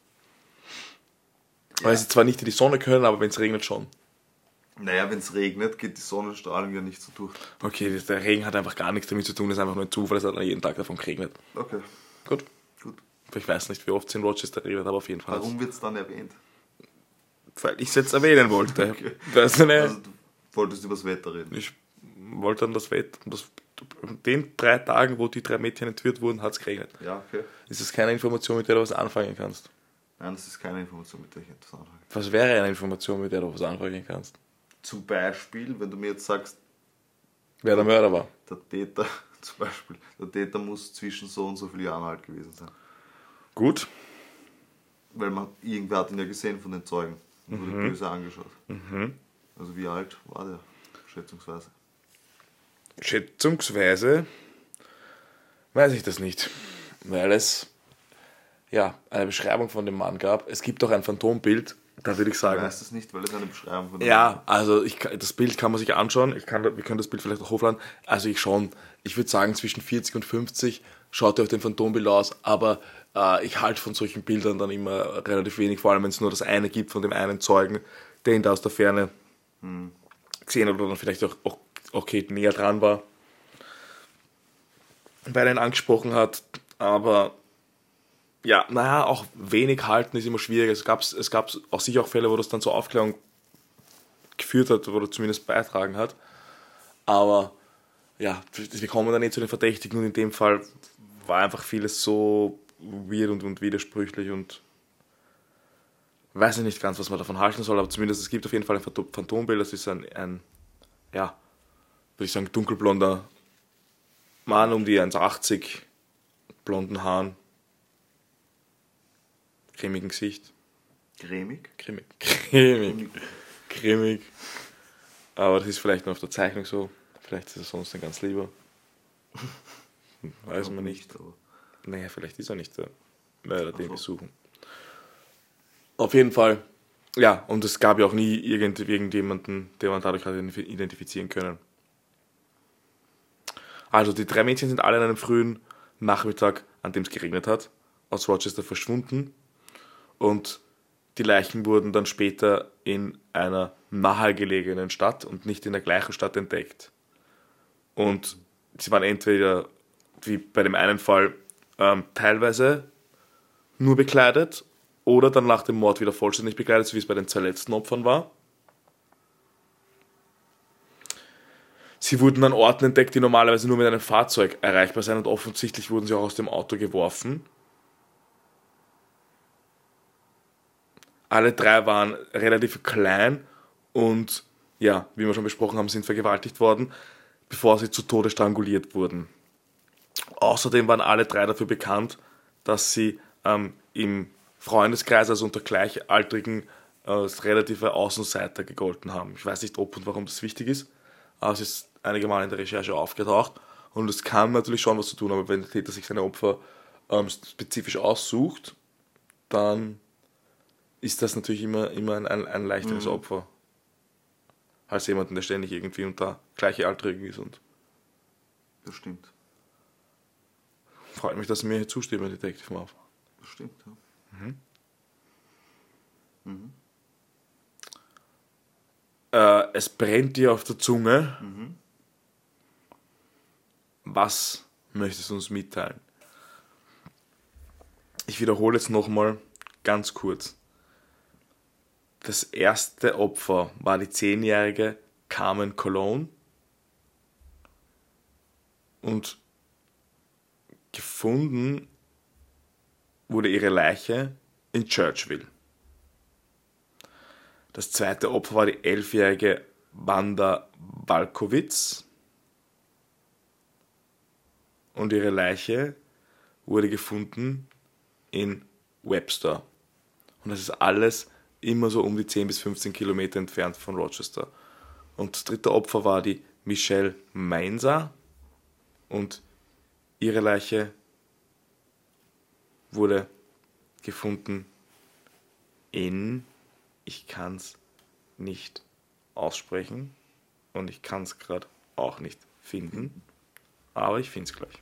Ja. Weil sie zwar nicht in die Sonne können, aber wenn es regnet schon. Naja, wenn es regnet, geht die Sonnenstrahlung ja nicht so durch. Okay, der Regen hat einfach gar nichts damit zu tun, das ist einfach nur ein Zufall, es hat jeden Tag davon geregnet. Okay, Gut. gut. Ich weiß nicht, wie oft es in Rochester regnet, aber auf jeden Fall. Warum wird es dann erwähnt? Weil ich es jetzt erwähnen wollte. Okay. Das ist eine, Also du wolltest über das Wetter reden. ich wollte dann das Wetter. An den 3 Tagen, wo die 3 Mädchen entführt wurden, hat es geregnet. Ja, okay. Ist das keine Information, mit der du was anfangen kannst? Nein, das ist keine Information, mit der ich etwas anfange. Was wäre eine Information, mit der du was anfangen kannst? Zum Beispiel, wenn du mir jetzt sagst, Wer der Mörder war? der Täter, zum Beispiel, der Täter muss zwischen so und so vielen Jahren alt gewesen sein. Gut. Weil irgendwer hat ihn ja gesehen von den Zeugen und wurde böse angeschaut. Also wie alt war der, schätzungsweise? Schätzungsweise weiß ich das nicht, weil es ja eine Beschreibung von dem Mann gab. Es gibt auch ein Phantombild, da würde ich Ich sagen. weiß das nicht, weil es eine Beschreibung von dem Ja, also das Bild kann man sich anschauen. Wir können das Bild vielleicht auch hochladen. Also ich würde sagen, zwischen 40 und 50 schaut er auf dem Phantombild aus, aber ich halte von solchen Bildern dann immer relativ wenig, vor allem wenn es nur das eine gibt von dem einen Zeugen, der ihn da aus der Ferne gesehen hat oder dann vielleicht auch okay, näher dran war, weil er ihn angesprochen hat, aber ja, naja, auch wenig halten ist immer schwierig. Es gab auch sicher auch Fälle, wo das dann zur Aufklärung geführt hat oder zumindest beitragen hat. Aber ja, wir kommen dann nicht zu den Verdächtigen und in dem Fall war einfach vieles so weird und widersprüchlich und weiß ich nicht ganz, was man davon halten soll, aber zumindest es gibt auf jeden Fall ein Phantombild. Das ist ein ja, würde ich sagen, dunkelblonder Mann um die 1,80, blonden Haaren, cremigen Gesicht. Cremig? Cremig. Aber das ist vielleicht nur auf der Zeichnung so. Vielleicht ist er sonst ein ganz lieber. Weiß man nicht. Aber Naja, vielleicht ist er nicht der Mörder, den wir suchen. Auf jeden Fall. Ja, und es gab ja auch nie irgendjemanden, den man dadurch hat identifizieren können. Also die 3 Mädchen sind alle an einem frühen Nachmittag, an dem es geregnet hat, aus Rochester verschwunden. Und die Leichen wurden dann später in einer nahegelegenen Stadt und nicht in der gleichen Stadt entdeckt. Und sie waren entweder, wie bei dem einen Fall, teilweise nur bekleidet oder dann nach dem Mord wieder vollständig bekleidet, so wie es bei den 2 letzten Opfern war. Sie wurden an Orten entdeckt, die normalerweise nur mit einem Fahrzeug erreichbar sind und offensichtlich wurden sie auch aus dem Auto geworfen. Alle 3 waren relativ klein und, ja, wie wir schon besprochen haben, sind vergewaltigt worden, bevor sie zu Tode stranguliert wurden. Außerdem waren alle 3 dafür bekannt, dass sie im Freundeskreis, also unter Gleichaltrigen, als relative Außenseiter gegolten haben. Ich weiß nicht, ob und warum das wichtig ist, aber es ist einige Mal in der Recherche aufgetaucht und es kann natürlich schon was zu tun, aber wenn der Täter sich seine Opfer spezifisch aussucht, dann ist das natürlich immer ein leichteres Opfer als jemanden, der ständig irgendwie unter Gleichaltrigen ist. Und das stimmt. freut mich, dass Sie mir hier zustimmen, Detective Marv. Das stimmt, ja. Es brennt dir auf der Zunge. Was möchtest du uns mitteilen? Ich wiederhole jetzt nochmal ganz kurz. Das erste Opfer war die 10-jährige Carmen Cologne und gefunden wurde ihre Leiche in Churchville. Das zweite Opfer war die 11-jährige Wanda Walkowicz. Und ihre Leiche wurde gefunden in Webster. Und das ist alles immer so um die 10 bis 15 Kilometer entfernt von Rochester. Und das dritte Opfer war die Michelle Meinzer. Und ihre Leiche wurde gefunden in, ich kann es nicht aussprechen und ich kann es gerade auch nicht finden, aber ich finde es gleich.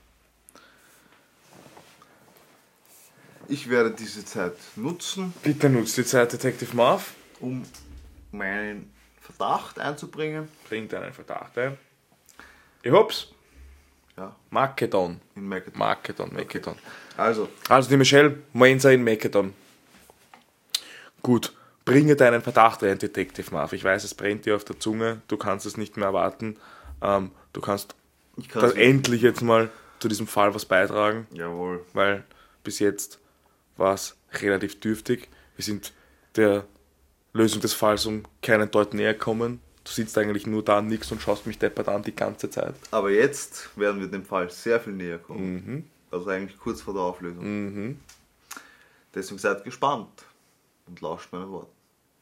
Ich werde diese Zeit nutzen, Bitte nutzt die Zeit, Detective Marv. um meinen Verdacht einzubringen. Bringt einen Verdacht ein. Ich hab's. Ja, Macedon. in Macedon. Macedon. Also, Also die Michelle Meinzer in Macedon. Gut, bringe deinen Verdacht rein, Detective Marv. Ich weiß, es brennt dir auf der Zunge, du kannst es nicht mehr erwarten. Du kannst ich kann dann es endlich jetzt mal zu diesem Fall was beitragen, Jawohl. weil bis jetzt war es relativ dürftig. Wir sind der Lösung des Falls um keinen Deut näher gekommen. Du sitzt eigentlich nur da, nix und schaust mich deppert an die ganze Zeit. Aber jetzt werden wir dem Fall sehr viel näher kommen. Also eigentlich kurz vor der Auflösung. Deswegen seid gespannt und lauscht meinen Worten.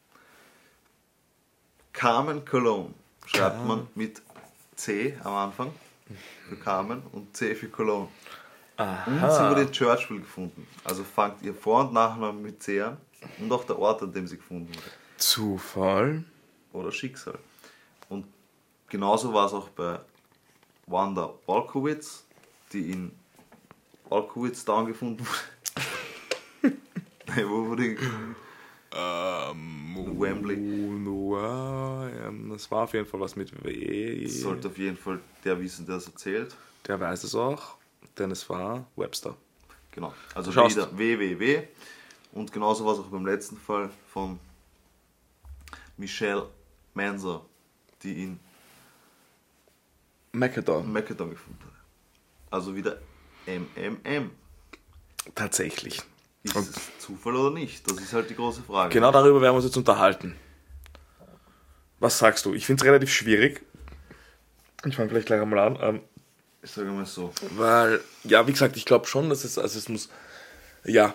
Carmen Cologne schreibt man mit C am Anfang für Carmen und C für Cologne. Und sie wurde in Churchville gefunden. Also fangt ihr Vor- und Nachnamen mit C an und auch der Ort, an dem sie gefunden wurde. Zufall? Oder Schicksal. Und genauso war es auch bei Wanda Walkowicz, die in Walkowicz Town gefunden wurde. Nein, wo wurde die gefunden? Wembley. Das war auf jeden Fall was mit W. Das sollte auf jeden Fall der wissen, der es erzählt. Der weiß es auch, denn es war Webster. Genau. Also Schaust. wieder WWW. Und genauso war es auch beim letzten Fall von Michelle Meinzer, die in Macedon. Macedon gefunden wurde. Also wieder MMM. Tatsächlich. Ist Und es Zufall oder nicht? Das ist halt die große Frage. genau darüber werden wir uns jetzt unterhalten. Was sagst du? Ich finde es relativ schwierig. Ich fange vielleicht gleich einmal an. Ich sage mal so. Weil, ja, wie gesagt, ich glaube schon, dass es muss, ja,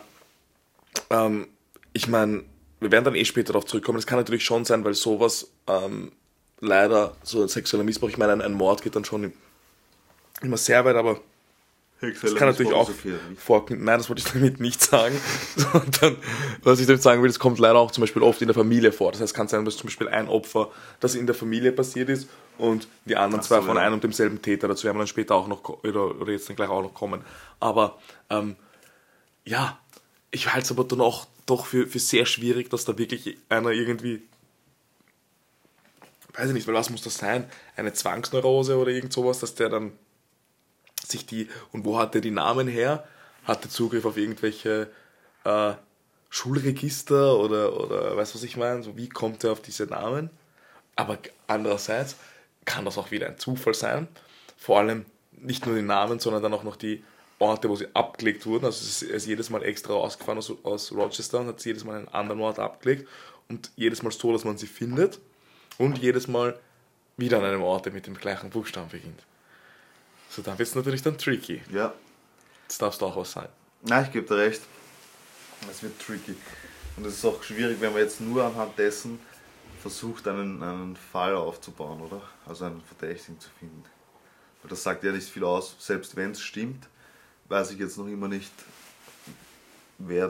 ich meine, wir werden dann später darauf zurückkommen. Es kann natürlich schon sein, weil sowas, leider, so ein sexueller Missbrauch, ich meine, ein Mord geht dann schon immer sehr weit, aber das kann natürlich auch vorkommen. Nein, das wollte ich damit nicht sagen. Sondern, was ich damit sagen will, das kommt leider auch zum Beispiel oft in der Familie vor. Das heißt, es kann sein, dass zum Beispiel ein Opfer, das in der Familie passiert ist und die anderen zwei von einem und demselben Täter. Dazu werden wir dann später auch noch, oder jetzt dann gleich auch noch kommen. Aber, ja, ich halte es aber dann auch doch für sehr schwierig, dass da wirklich einer irgendwie, weiß ich nicht, weil was muss das sein? Eine Zwangsneurose oder irgend sowas, dass der dann sich die, und wo hat er die Namen her? Hat er Zugriff auf irgendwelche Schulregister oder weißt du, was ich meine? So, wie kommt er auf diese Namen? Aber andererseits kann das auch wieder ein Zufall sein. Vor allem nicht nur die Namen, sondern dann auch noch die Orte, wo sie abgelegt wurden. Also er ist jedes Mal extra rausgefahren aus Rochester und hat jedes Mal einen anderen Ort abgelegt. Und jedes Mal so, dass man sie findet. Und jedes Mal wieder an einem Ort, der mit dem gleichen Buchstaben beginnt. So, dann wird es natürlich dann tricky. Ja. Jetzt darfst du auch was sein. Nein, ich gebe dir recht. Es wird tricky. Und es ist auch schwierig, wenn man jetzt nur anhand dessen versucht, einen Fall aufzubauen, oder? Also einen Verdächtigen zu finden. Weil das sagt ja nicht viel aus. Selbst wenn es stimmt, weiß ich jetzt noch immer nicht, wer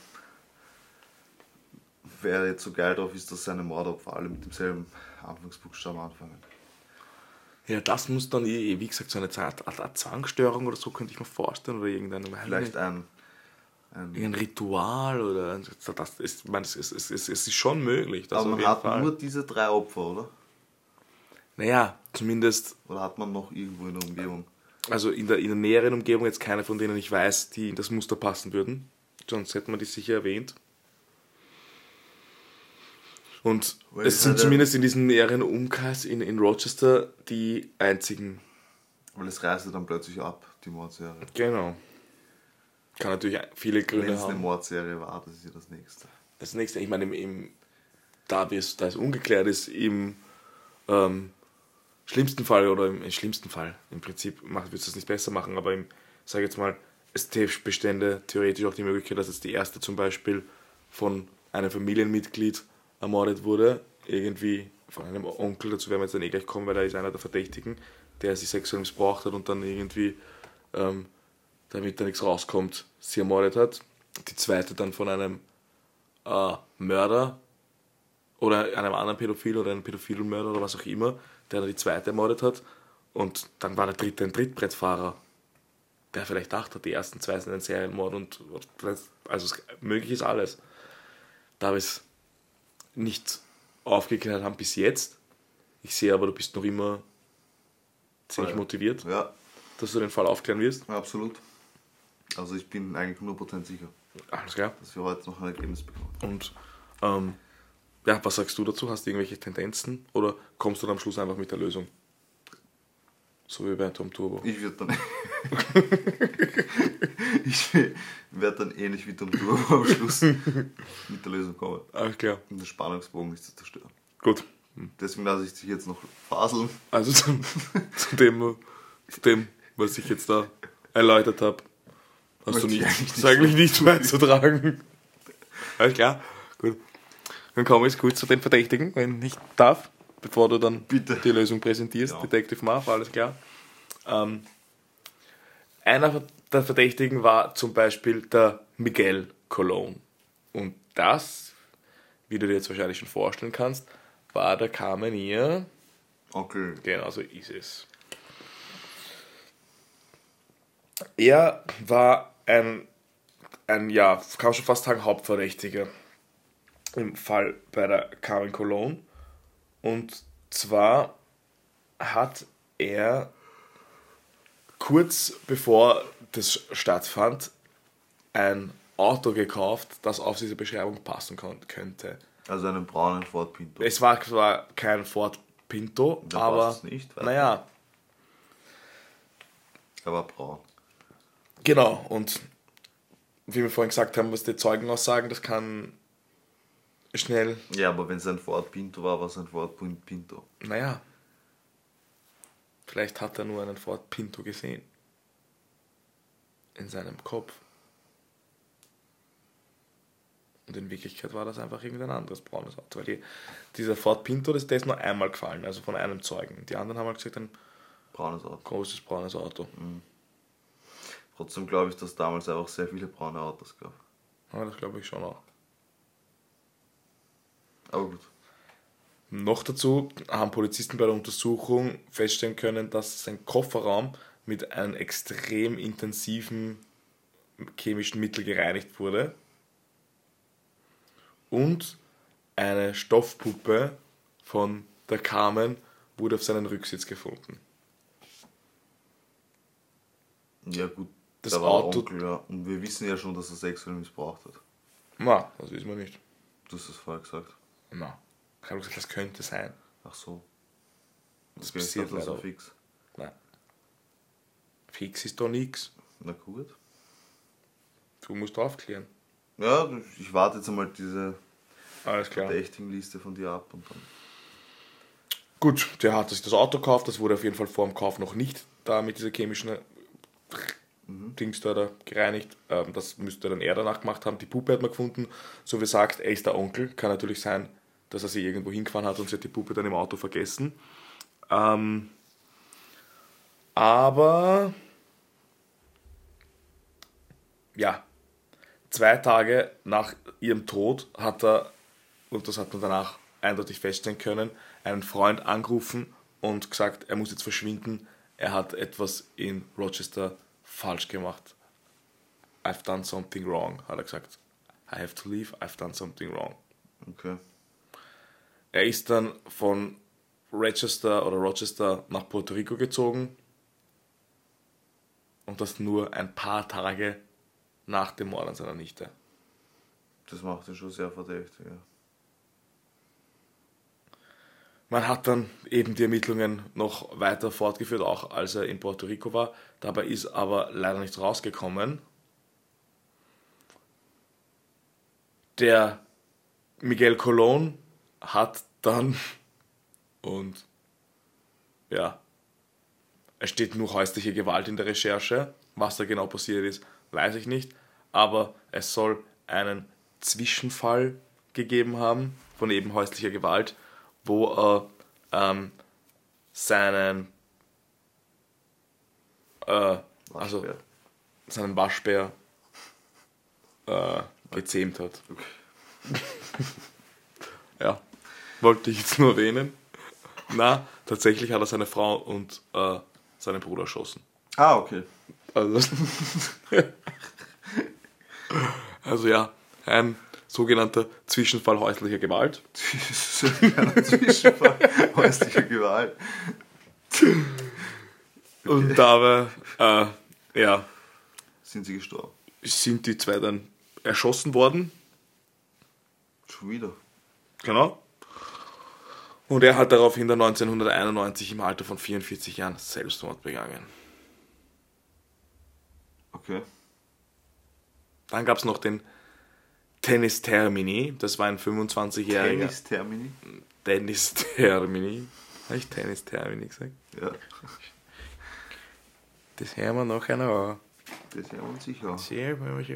jetzt so geil drauf ist, dass seine Mordopfer alle mit demselben Anfangsbuchstaben anfangen. Ja, das muss dann wie gesagt, so eine Zwangsstörung oder so könnte ich mir vorstellen. Oder Vielleicht ein Ritual oder das ist, ich meine, es ist schon möglich. Das aber auf man jeden hat Fall. nur diese 3 Opfer, oder? Naja, zumindest, Oder hat man noch irgendwo in der Umgebung? also in der näheren Umgebung jetzt keine, von denen ich weiß, die in das Muster passen würden. Sonst hätte man die sicher erwähnt. Und Weil es es sind halt zumindest in diesem näheren Umkreis in Rochester die einzigen. Weil es reißt ja dann plötzlich ab, die Mordserie. Genau. Kann natürlich viele Wenn Gründe es eine haben. Mordserie war, das ist ja das Nächste. Das nächste, ich meine, da es ungeklärt ist, im schlimmsten Fall oder im schlimmsten Fall, im Prinzip wird es das nicht besser machen, aber sage jetzt mal, es bestände theoretisch auch die Möglichkeit, dass jetzt die erste zum Beispiel von einem Familienmitglied ermordet wurde, irgendwie von einem Onkel, dazu werden wir jetzt dann gleich kommen, weil er ist einer der Verdächtigen, der sie sexuell missbraucht hat und dann irgendwie, damit da nichts rauskommt, sie ermordet hat. Die zweite dann von einem Mörder oder einem anderen Pädophil oder einem pädophilen Mörder oder was auch immer, der dann die zweite ermordet hat. Und dann war der dritte ein Trittbrettfahrer, der vielleicht dachte, die ersten zwei sind ein Serienmord und also möglich ist alles. Da wir es nicht aufgeklärt haben bis jetzt. Ich sehe aber, du bist noch immer ziemlich motiviert, Ja, dass du den Fall aufklären wirst. absolut. Also ich bin eigentlich 100% sicher, Alles klar. dass wir heute noch ein Ergebnis bekommen. Und ja, was sagst du dazu? Hast du irgendwelche Tendenzen oder kommst du dann am Schluss einfach mit der Lösung? So wie bei Tom Turbo. Ich werde dann ähnlich wie Tom Turbo am Schluss mit der Lösung kommen, Alles klar. um den Spannungsbogen nicht zu zerstören. Gut. Deswegen lasse ich dich jetzt noch faseln. Also zu dem, was ich jetzt da erläutert habe, hast du Möchte ich nichts eigentlich nicht eigentlich nicht beizutragen. Alles klar. Gut. Dann kommen wir jetzt kurz zu den Verdächtigen, wenn ich darf, bevor du dann Bitte. die Lösung präsentierst. Ja. Detective Marv, alles klar. Einer der Verdächtigen war zum Beispiel der Miguel Colon. Und das, wie du dir jetzt wahrscheinlich schon vorstellen kannst, war der Carmen ihr. Onkel. Genau so ist es. Er war ein ja, kann man schon fast sagen, Hauptverdächtiger im Fall bei der Carmen Colon. Und zwar hat er kurz bevor das stattfand ein Auto gekauft, das auf diese Beschreibung passen könnte. Also einen braunen Ford Pinto. Es war zwar kein Ford Pinto, Da aber passt es nicht, weil- naja, Er war braun. genau. Und wie wir vorhin gesagt haben, was die Zeugen aussagen, das kann schnell, Ja, aber wenn es ein Ford Pinto war, war es ein Ford Pinto. naja, vielleicht hat er nur einen Ford Pinto gesehen. In seinem Kopf. Und in Wirklichkeit war das einfach irgendein anderes braunes Auto. Weil dieser Ford Pinto, der ist nur einmal gefallen, also von einem Zeugen. Die anderen haben halt gesagt, ein Braunes Auto. großes braunes Auto. Trotzdem glaube ich, dass es damals auch sehr viele braune Autos gab. Aber das glaube ich schon auch. Aber gut. Noch dazu haben Polizisten bei der Untersuchung feststellen können, dass sein Kofferraum mit einem extrem intensiven chemischen Mittel gereinigt wurde und eine Stoffpuppe von der Carmen wurde auf seinen Rücksitz gefunden. Ja gut, Das da war Auto- der Onkel, ja. Und wir wissen ja schon, dass er sexuell missbraucht hat. Na, das wissen wir nicht. Du hast es vorher gesagt. Na, ich habe gesagt, das könnte sein. Ach so. Das Okay, ich passiert dachte, das war leider. fix. Nein. Fix ist doch nichts. Na gut. Du musst aufklären. Ja, ich warte jetzt einmal diese Alles klar. Verdächtigenliste von dir ab und dann. Gut, der hat sich das Auto gekauft, das wurde auf jeden Fall vor dem Kauf noch nicht da mit dieser chemischen Dings da gereinigt. Das müsste dann er danach gemacht haben. Die Puppe hat man gefunden. So wie sagt, er ist der Onkel. Kann natürlich sein, dass er sie irgendwo hingefahren hat und sie hat die Puppe dann im Auto vergessen. Aber ja, 2 Tage nach ihrem Tod hat er, und das hat man danach eindeutig feststellen können, einen Freund angerufen und gesagt, er muss jetzt verschwinden, er hat etwas in Rochester falsch gemacht. I've done something wrong, hat er gesagt. I have to leave, I've done something wrong. Okay. Er ist dann von Rochester nach Puerto Rico gezogen und das nur ein paar Tage nach dem Mord an seiner Nichte. Das macht ihn schon sehr verdächtig, ja. Man hat dann eben die Ermittlungen noch weiter fortgeführt, auch als er in Puerto Rico war. Dabei ist aber leider nichts rausgekommen. Der Miguel Colon, hat dann, und ja, es steht nur häusliche Gewalt in der Recherche. Was da genau passiert ist, weiß ich nicht. Aber es soll einen Zwischenfall gegeben haben von eben häuslicher Gewalt, wo er seinen also Waschbär. seinen Waschbär gezähmt hat. Okay. Ja, wollte ich jetzt nur erwähnen. Na, tatsächlich hat er seine Frau und seinen Bruder erschossen. Ah, okay. Also ja, ein sogenannter Zwischenfall häuslicher Gewalt. Zwischenfall häuslicher Gewalt. Und dabei, ja, Sind sie gestorben? sind die zwei dann erschossen worden. Schon wieder. Genau. Und er hat daraufhin dann 1991 im Alter von 44 Jahren Selbstmord begangen. Okay. Dann gab es noch den Dennis Termini, das war ein 25-jähriger. Tennis Termini? Dennis Termini. Habe ich Dennis Termini gesagt? Ja. Das hören wir nachher noch an. Das hören wir uns sicher an. Sehr, ja.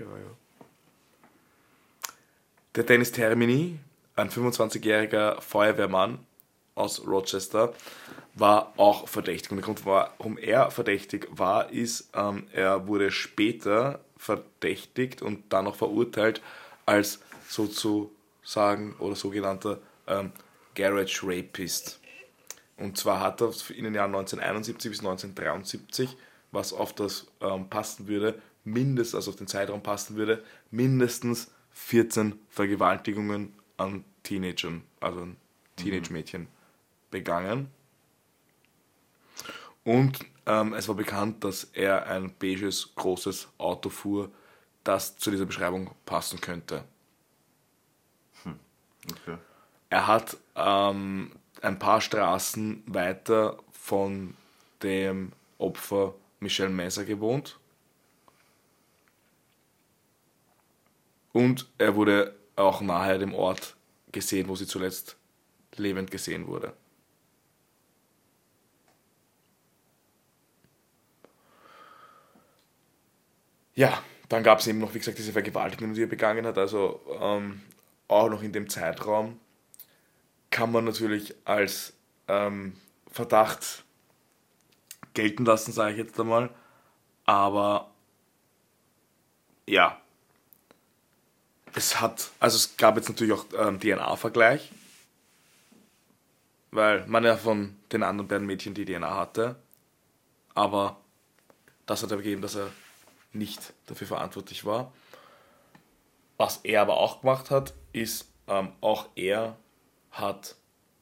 Der Dennis Termini, ein 25-jähriger Feuerwehrmann aus Rochester, war auch verdächtig. Und der Grund, warum er verdächtig war, ist, er wurde später verdächtigt und dann noch verurteilt als sozusagen oder sogenannter Garage Rapist. Und zwar hat er in den Jahren 1971 bis 1973, was auf das passen würde, also auf den Zeitraum passen würde, mindestens 14 Vergewaltigungen an Teenagern, also an Teenage-Mädchen begangen. Und es war bekannt, dass er ein beiges, großes Auto fuhr, das zu dieser Beschreibung passen könnte. Okay. Er hat ein paar Straßen weiter von dem Opfer Michelle Messer gewohnt. Und er wurde auch nahe dem Ort gesehen, wo sie zuletzt lebend gesehen wurde. Ja, dann gab es eben noch, wie gesagt, diese Vergewaltigung, die er begangen hat. Also auch noch in dem Zeitraum kann man natürlich als Verdacht gelten lassen, sage ich jetzt einmal. Aber ja, es gab jetzt natürlich auch DNA-Vergleich, weil man ja von den anderen beiden Mädchen die DNA hatte. Aber das hat ergeben, dass er nicht dafür verantwortlich war. Was er aber auch gemacht hat, ist, auch er hat,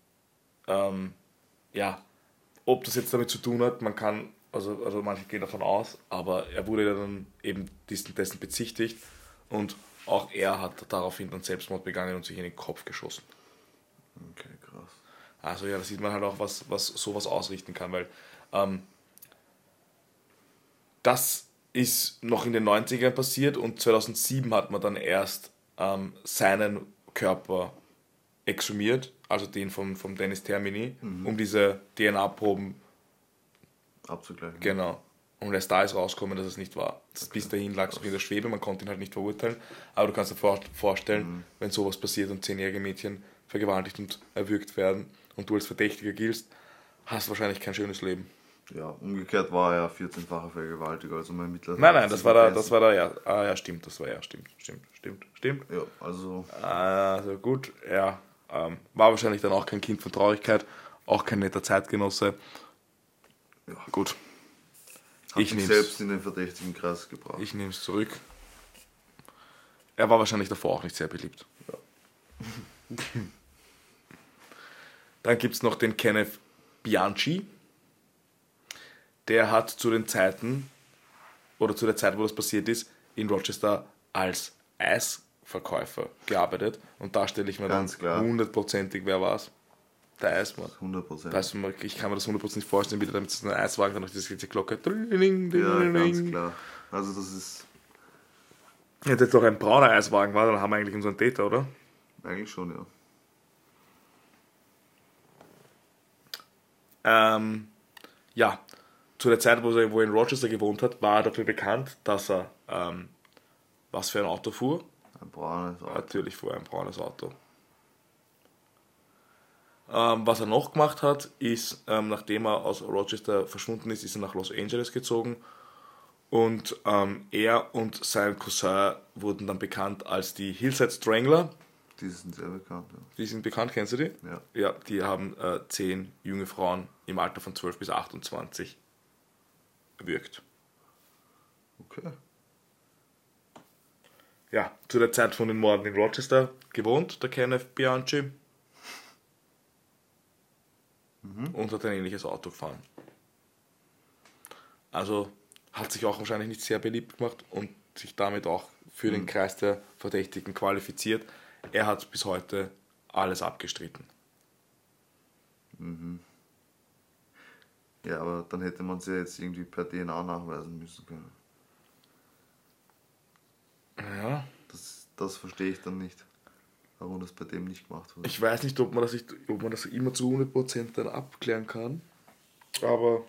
ob das jetzt damit zu tun hat, man kann, also manche gehen davon aus, aber er wurde dann eben dessen bezichtigt und auch er hat daraufhin dann Selbstmord begangen und sich in den Kopf geschossen. Okay, krass. Also ja, da sieht man halt auch, was sowas ausrichten kann, weil das ist noch in den 90ern passiert und 2007 hat man dann erst seinen Körper exhumiert, also den vom Dennis Termini, um diese DNA-Proben abzugleichen. Genau. Und erst da ist rausgekommen, dass es nicht war. Bis dahin lag es noch in der Schwebe, man konnte ihn halt nicht verurteilen. Aber du kannst dir vorstellen, wenn sowas passiert und 10-jährige Mädchen vergewaltigt und erwürgt werden und du als Verdächtiger giltst, hast du wahrscheinlich kein schönes Leben. Ja, umgekehrt war er 14-facher Vergewaltiger, also mein mittlerer. Nein, das war da, ja. Ah ja, stimmt, das war ja, stimmt. Ja, also. Also gut, ja. War wahrscheinlich dann auch kein Kind von Traurigkeit, auch kein netter Zeitgenosse. Ja. Gut. Hat mich selbst in den verdächtigen Kreis gebracht. Ich nehme es zurück. Er war wahrscheinlich davor auch nicht sehr beliebt. Ja. Dann gibt es noch den Kenneth Bianchi. Der hat zu der Zeit, wo das passiert ist, in Rochester als Eisverkäufer gearbeitet. Und da stelle ich mir Ganz dann klar. hundertprozentig, wer war's? Der Eismann. 100%. Ich kann mir das 100% nicht vorstellen, wie der damit so einen Eiswagen dann noch diese Glocke. Ja, ganz klar. Also das ist Wenn jetzt noch ein brauner Eiswagen war, dann haben wir eigentlich unseren Täter, oder? eigentlich schon, ja. Ja, zu der Zeit, wo er in Rochester gewohnt hat, war er dafür bekannt, dass er was für ein Auto fuhr. Ein braunes Auto. Natürlich fuhr er ein braunes Auto. Was er noch gemacht hat, ist, nachdem er aus Rochester verschwunden ist, ist er nach Los Angeles gezogen. Und er und sein Cousin wurden dann bekannt als die Hillside Strangler. Die sind sehr bekannt. Ja. Die sind bekannt, kennst du die? Ja. Ja, die haben 10 junge Frauen im Alter von 12 bis 28 erwürgt. Okay. Ja, zu der Zeit von den Morden in Rochester gewohnt, der Kenneth Bianchi. Und hat ein ähnliches Auto gefahren. Also hat sich auch wahrscheinlich nicht sehr beliebt gemacht und sich damit auch für den Kreis der Verdächtigen qualifiziert. Er hat bis heute alles abgestritten. Ja, aber dann hätte man sie jetzt irgendwie per DNA nachweisen müssen können. Ja, Das verstehe ich dann nicht, warum das bei dem nicht gemacht wurde. ich weiß nicht, ob man das immer zu 100% dann abklären kann. Aber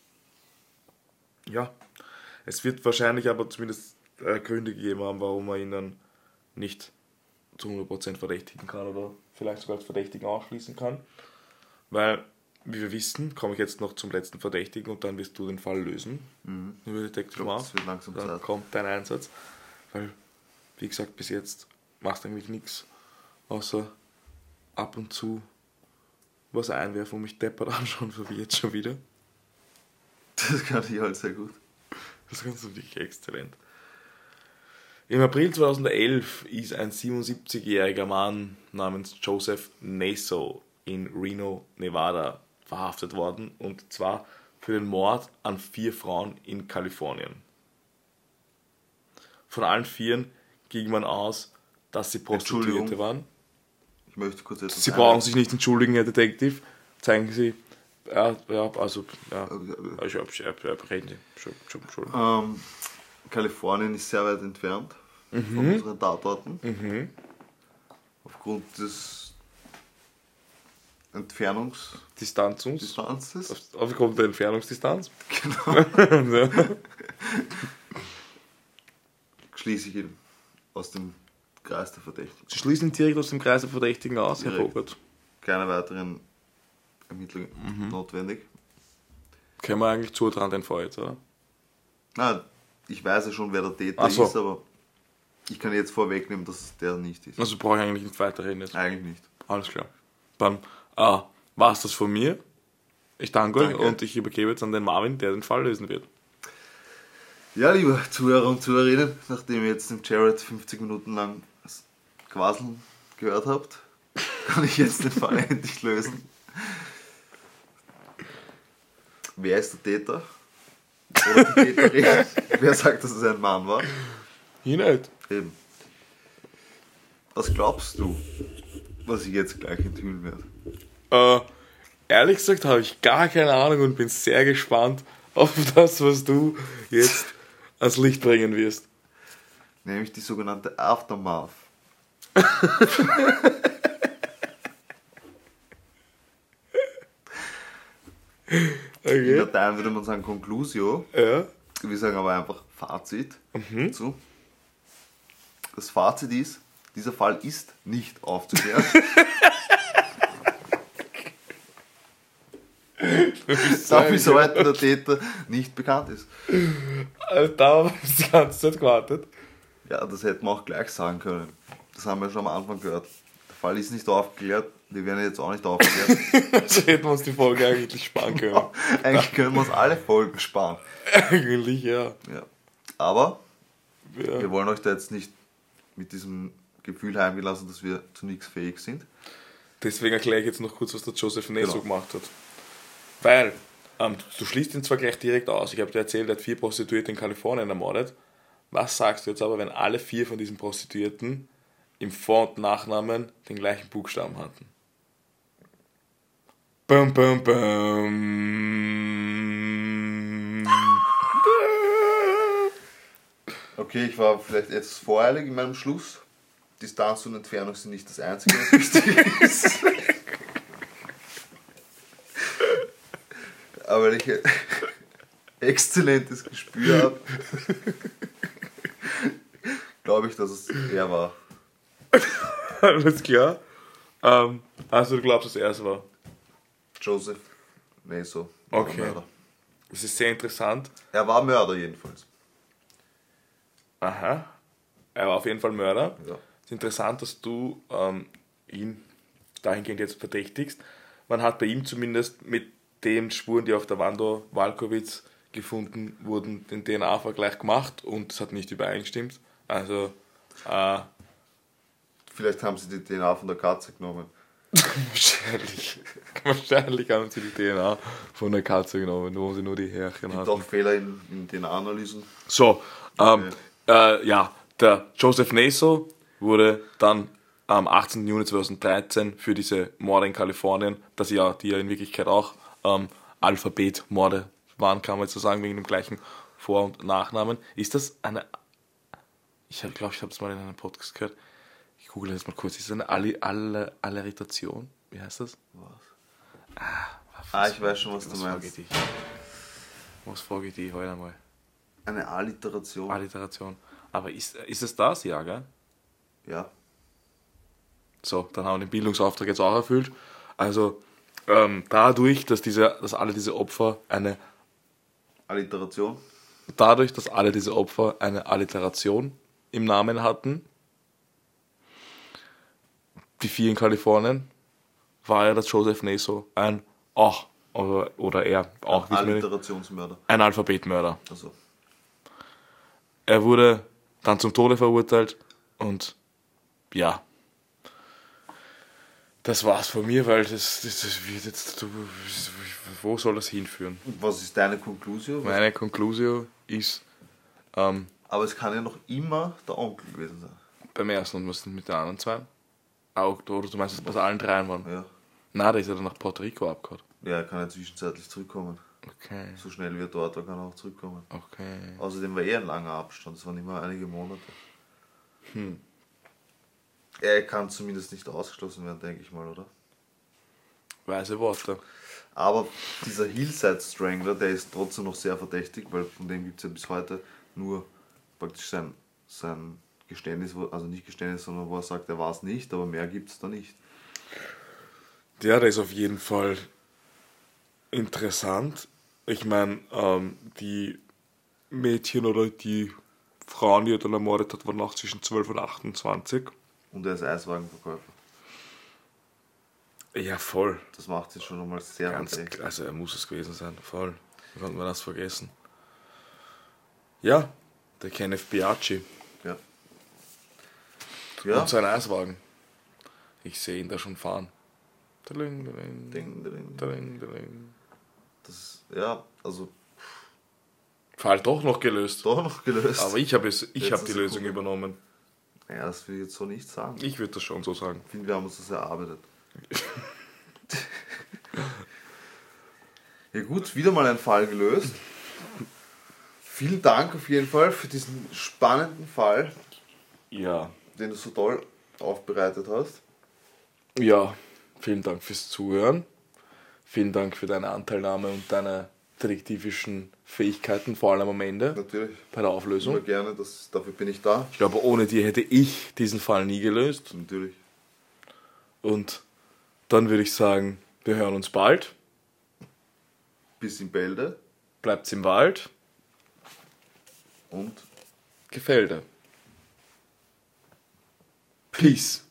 ja, es wird wahrscheinlich aber zumindest Gründe gegeben haben, warum man ihn dann nicht zu 100% verdächtigen kann oder vielleicht sogar als Verdächtigen ausschließen kann. Weil, wie wir wissen, komme ich jetzt noch zum letzten Verdächtigen und dann wirst du den Fall lösen. Über Detective Mark. Das wird langsam Dann Zeit. kommt dein Einsatz. Weil, wie gesagt, bis jetzt machst du eigentlich nichts, außer ab und zu was einwerfen und mich deppert anschauen, so wie jetzt schon wieder. Das kann ich halt sehr gut. Das kannst du wirklich exzellent. Im April 2011 ist ein 77-jähriger Mann namens Joseph Naso in Reno, Nevada verhaftet worden, und zwar für den Mord an 4 Frauen in Kalifornien. Von allen 4 ging man aus, dass sie Prostituierte Entschuldigung. waren. Ich möchte kurz etwas Sie brauchen sich nicht entschuldigen, Herr Detective. Zeigen Sie. Ja, also, ja. Reden Sie. Entschuldigung. Kalifornien ist sehr weit entfernt von unseren Tatorten. Aufgrund des Distanzes. Distanzes. Aufgrund der Entfernungsdistanz. Genau. Ja. Schließe ich ihn aus dem Kreis der Verdächtigen. Sie schließen direkt aus dem Kreis der Verdächtigen aus, Herr Direkt. Robert. Keine weiteren Ermittlungen notwendig. Können wir eigentlich zutrauen, den Fall jetzt, oder? Nein, ich weiß ja schon, wer der Täter Ach so. ist, aber ich kann jetzt vorwegnehmen, dass es der nicht ist. Also brauche ich eigentlich nicht weiterreden jetzt. Eigentlich nicht. Alles klar. Dann war es das von mir. Ich danke euch Danke. und ich übergebe jetzt an den Marvin, der den Fall lösen wird. Ja, liebe Zuhörer und Zuhörerinnen, nachdem ihr jetzt dem Jared 50 Minuten lang das Quasseln gehört habt, kann ich jetzt den Fall endlich lösen. Wer ist der Täter? Oder die Täterin? Wer sagt, dass es ein Mann war? Ich nicht. Eben. Was glaubst du, was ich jetzt gleich enthüllen werde? Ehrlich gesagt habe ich gar keine Ahnung und bin sehr gespannt auf das, was du jetzt ans Licht bringen wirst. Nämlich die sogenannte Aftermath. In Okay. Latein würde man sagen Conclusio. Ja. Wir sagen aber einfach Fazit dazu. Das Fazit ist, dieser Fall ist nicht aufzuklären. Da bis heute der Täter nicht bekannt ist. Da haben wir die ganze Zeit gewartet. Ja, das hätten wir auch gleich sagen können. Das haben wir schon am Anfang gehört. Der Fall ist nicht aufgeklärt, wir werden jetzt auch nicht aufgeklärt. So hätten wir uns die Folge eigentlich sparen können. Eigentlich können wir uns alle Folgen sparen. Eigentlich, ja. Ja. Aber Ja. wir wollen euch da jetzt nicht mit diesem Gefühl heimgehen lassen, dass wir zu nichts fähig sind. Deswegen erkläre ich jetzt noch kurz, was der Joseph Naso Genau. gemacht hat. Weil, du schließt ihn zwar gleich direkt aus. Ich habe dir erzählt, er hat 4 Prostituierte in Kalifornien ermordet. Was sagst du jetzt aber, wenn alle 4 von diesen Prostituierten im Vor- und Nachnamen den gleichen Buchstaben hatten? Bum, bum, bum. Okay, ich war vielleicht etwas voreilig in meinem Schluss. Distanz und Entfernung sind nicht das Einzige, was wichtig ist. aber weil ich ein exzellentes Gespür habe, glaube ich, dass es er war. Alles klar. Also du glaubst, dass er es war? Joseph Naso. Okay. Mörder. Das ist sehr interessant. Er war Mörder jedenfalls. Aha. Er war auf jeden Fall Mörder. Ja. Es ist interessant, dass du ihn dahingehend jetzt verdächtigst. Man hat bei ihm zumindest mit den Spuren, die auf der Wando Walkowitz gefunden wurden, den DNA-Vergleich gemacht und es hat nicht übereingestimmt. Also, Vielleicht haben sie die DNA von der Katze genommen. wahrscheinlich haben sie die DNA von der Katze genommen, wo sie nur die Härchen Gibt hatten. auch Fehler in DNA-Analysen. So, ja, der Joseph Naso wurde dann am 18. Juni 2013 für diese Morde in Kalifornien, die ja in Wirklichkeit auch Alphabet-Morde waren, kann man jetzt so sagen, wegen dem gleichen Vor- und Nachnamen. Ist das eine... Ich glaube, ich habe es mal in einem Podcast gehört. Ich google jetzt mal kurz. Ist das eine Alliteration? Wie heißt das? Ich weiß schon, was du meinst. Was frage ich dich heute einmal? Eine Alliteration. Alliteration. Aber ist es das? Ja, gell? Ja. So, dann haben wir den Bildungsauftrag jetzt auch erfüllt. Also dadurch, dass alle diese Opfer eine Alliteration im Namen hatten, die 4 in Kalifornien, war ja das Joseph Naso ein Alliterationsmörder. ein Alphabetmörder. Also, Er wurde dann zum Tode verurteilt und ja, das war's von mir, weil das wird jetzt, wo soll das hinführen? was ist deine Konklusion? Meine Konklusion ist, Aber es kann ja noch immer der Onkel gewesen sein. beim ersten und was denn mit den anderen zwei? Auch, oder du meinst, dass bei allen dreien waren? Ja. Nein, der ist ja dann nach Puerto Rico abgehauen. Ja, er kann ja zwischenzeitlich zurückkommen. Okay, So schnell wie er dort war, kann er auch zurückkommen. okay. Außerdem war ein langer Abstand, das waren immer einige Monate. Er kann zumindest nicht ausgeschlossen werden, denke ich mal, oder? Weise Worte. Aber dieser Hillside Strangler, der ist trotzdem noch sehr verdächtig, weil von dem gibt es ja bis heute nur praktisch sein Geständnis, also nicht Geständnis, sondern wo er sagt, er war es nicht, aber mehr gibt es da nicht. Ja, der ist auf jeden Fall interessant. Ich meine, die Mädchen oder die Frauen, die er dann ermordet hat, waren auch zwischen 12 und 28. Und er ist Eiswagenverkäufer. Ja, voll. Das macht ihn schon einmal sehr verdächtig. Also er muss es gewesen sein, voll. Wie konnte man das vergessen? Ja, der Kenneth Biaggi Ja. Ja. und sein Eiswagen. Ich sehe ihn da schon fahren. Ding, ding, Ding, ding. ding, ding. Das ist, ja, also Fall doch noch gelöst. doch noch gelöst. Aber ich habe Letzte die Lösung Sekunde. übernommen. Ja, das will ich jetzt so nicht sagen. Ich würde das schon so sagen. Ich finde, wir haben uns das erarbeitet. Ja gut, wieder mal ein Fall gelöst. Vielen Dank auf jeden Fall für diesen spannenden Fall, Ja. den du so toll aufbereitet hast. Ja, vielen Dank fürs Zuhören. Vielen Dank für deine Anteilnahme und deine detektivischen Fähigkeiten, vor allem am Ende Natürlich, bei der immer Auflösung. gerne, dafür bin ich da. Ich glaube, ohne dir hätte ich diesen Fall nie gelöst. Natürlich. Und dann würde ich sagen, wir hören uns bald. Bis in Bälde Bleibt's im Wald. und Gefällt dir. Peace.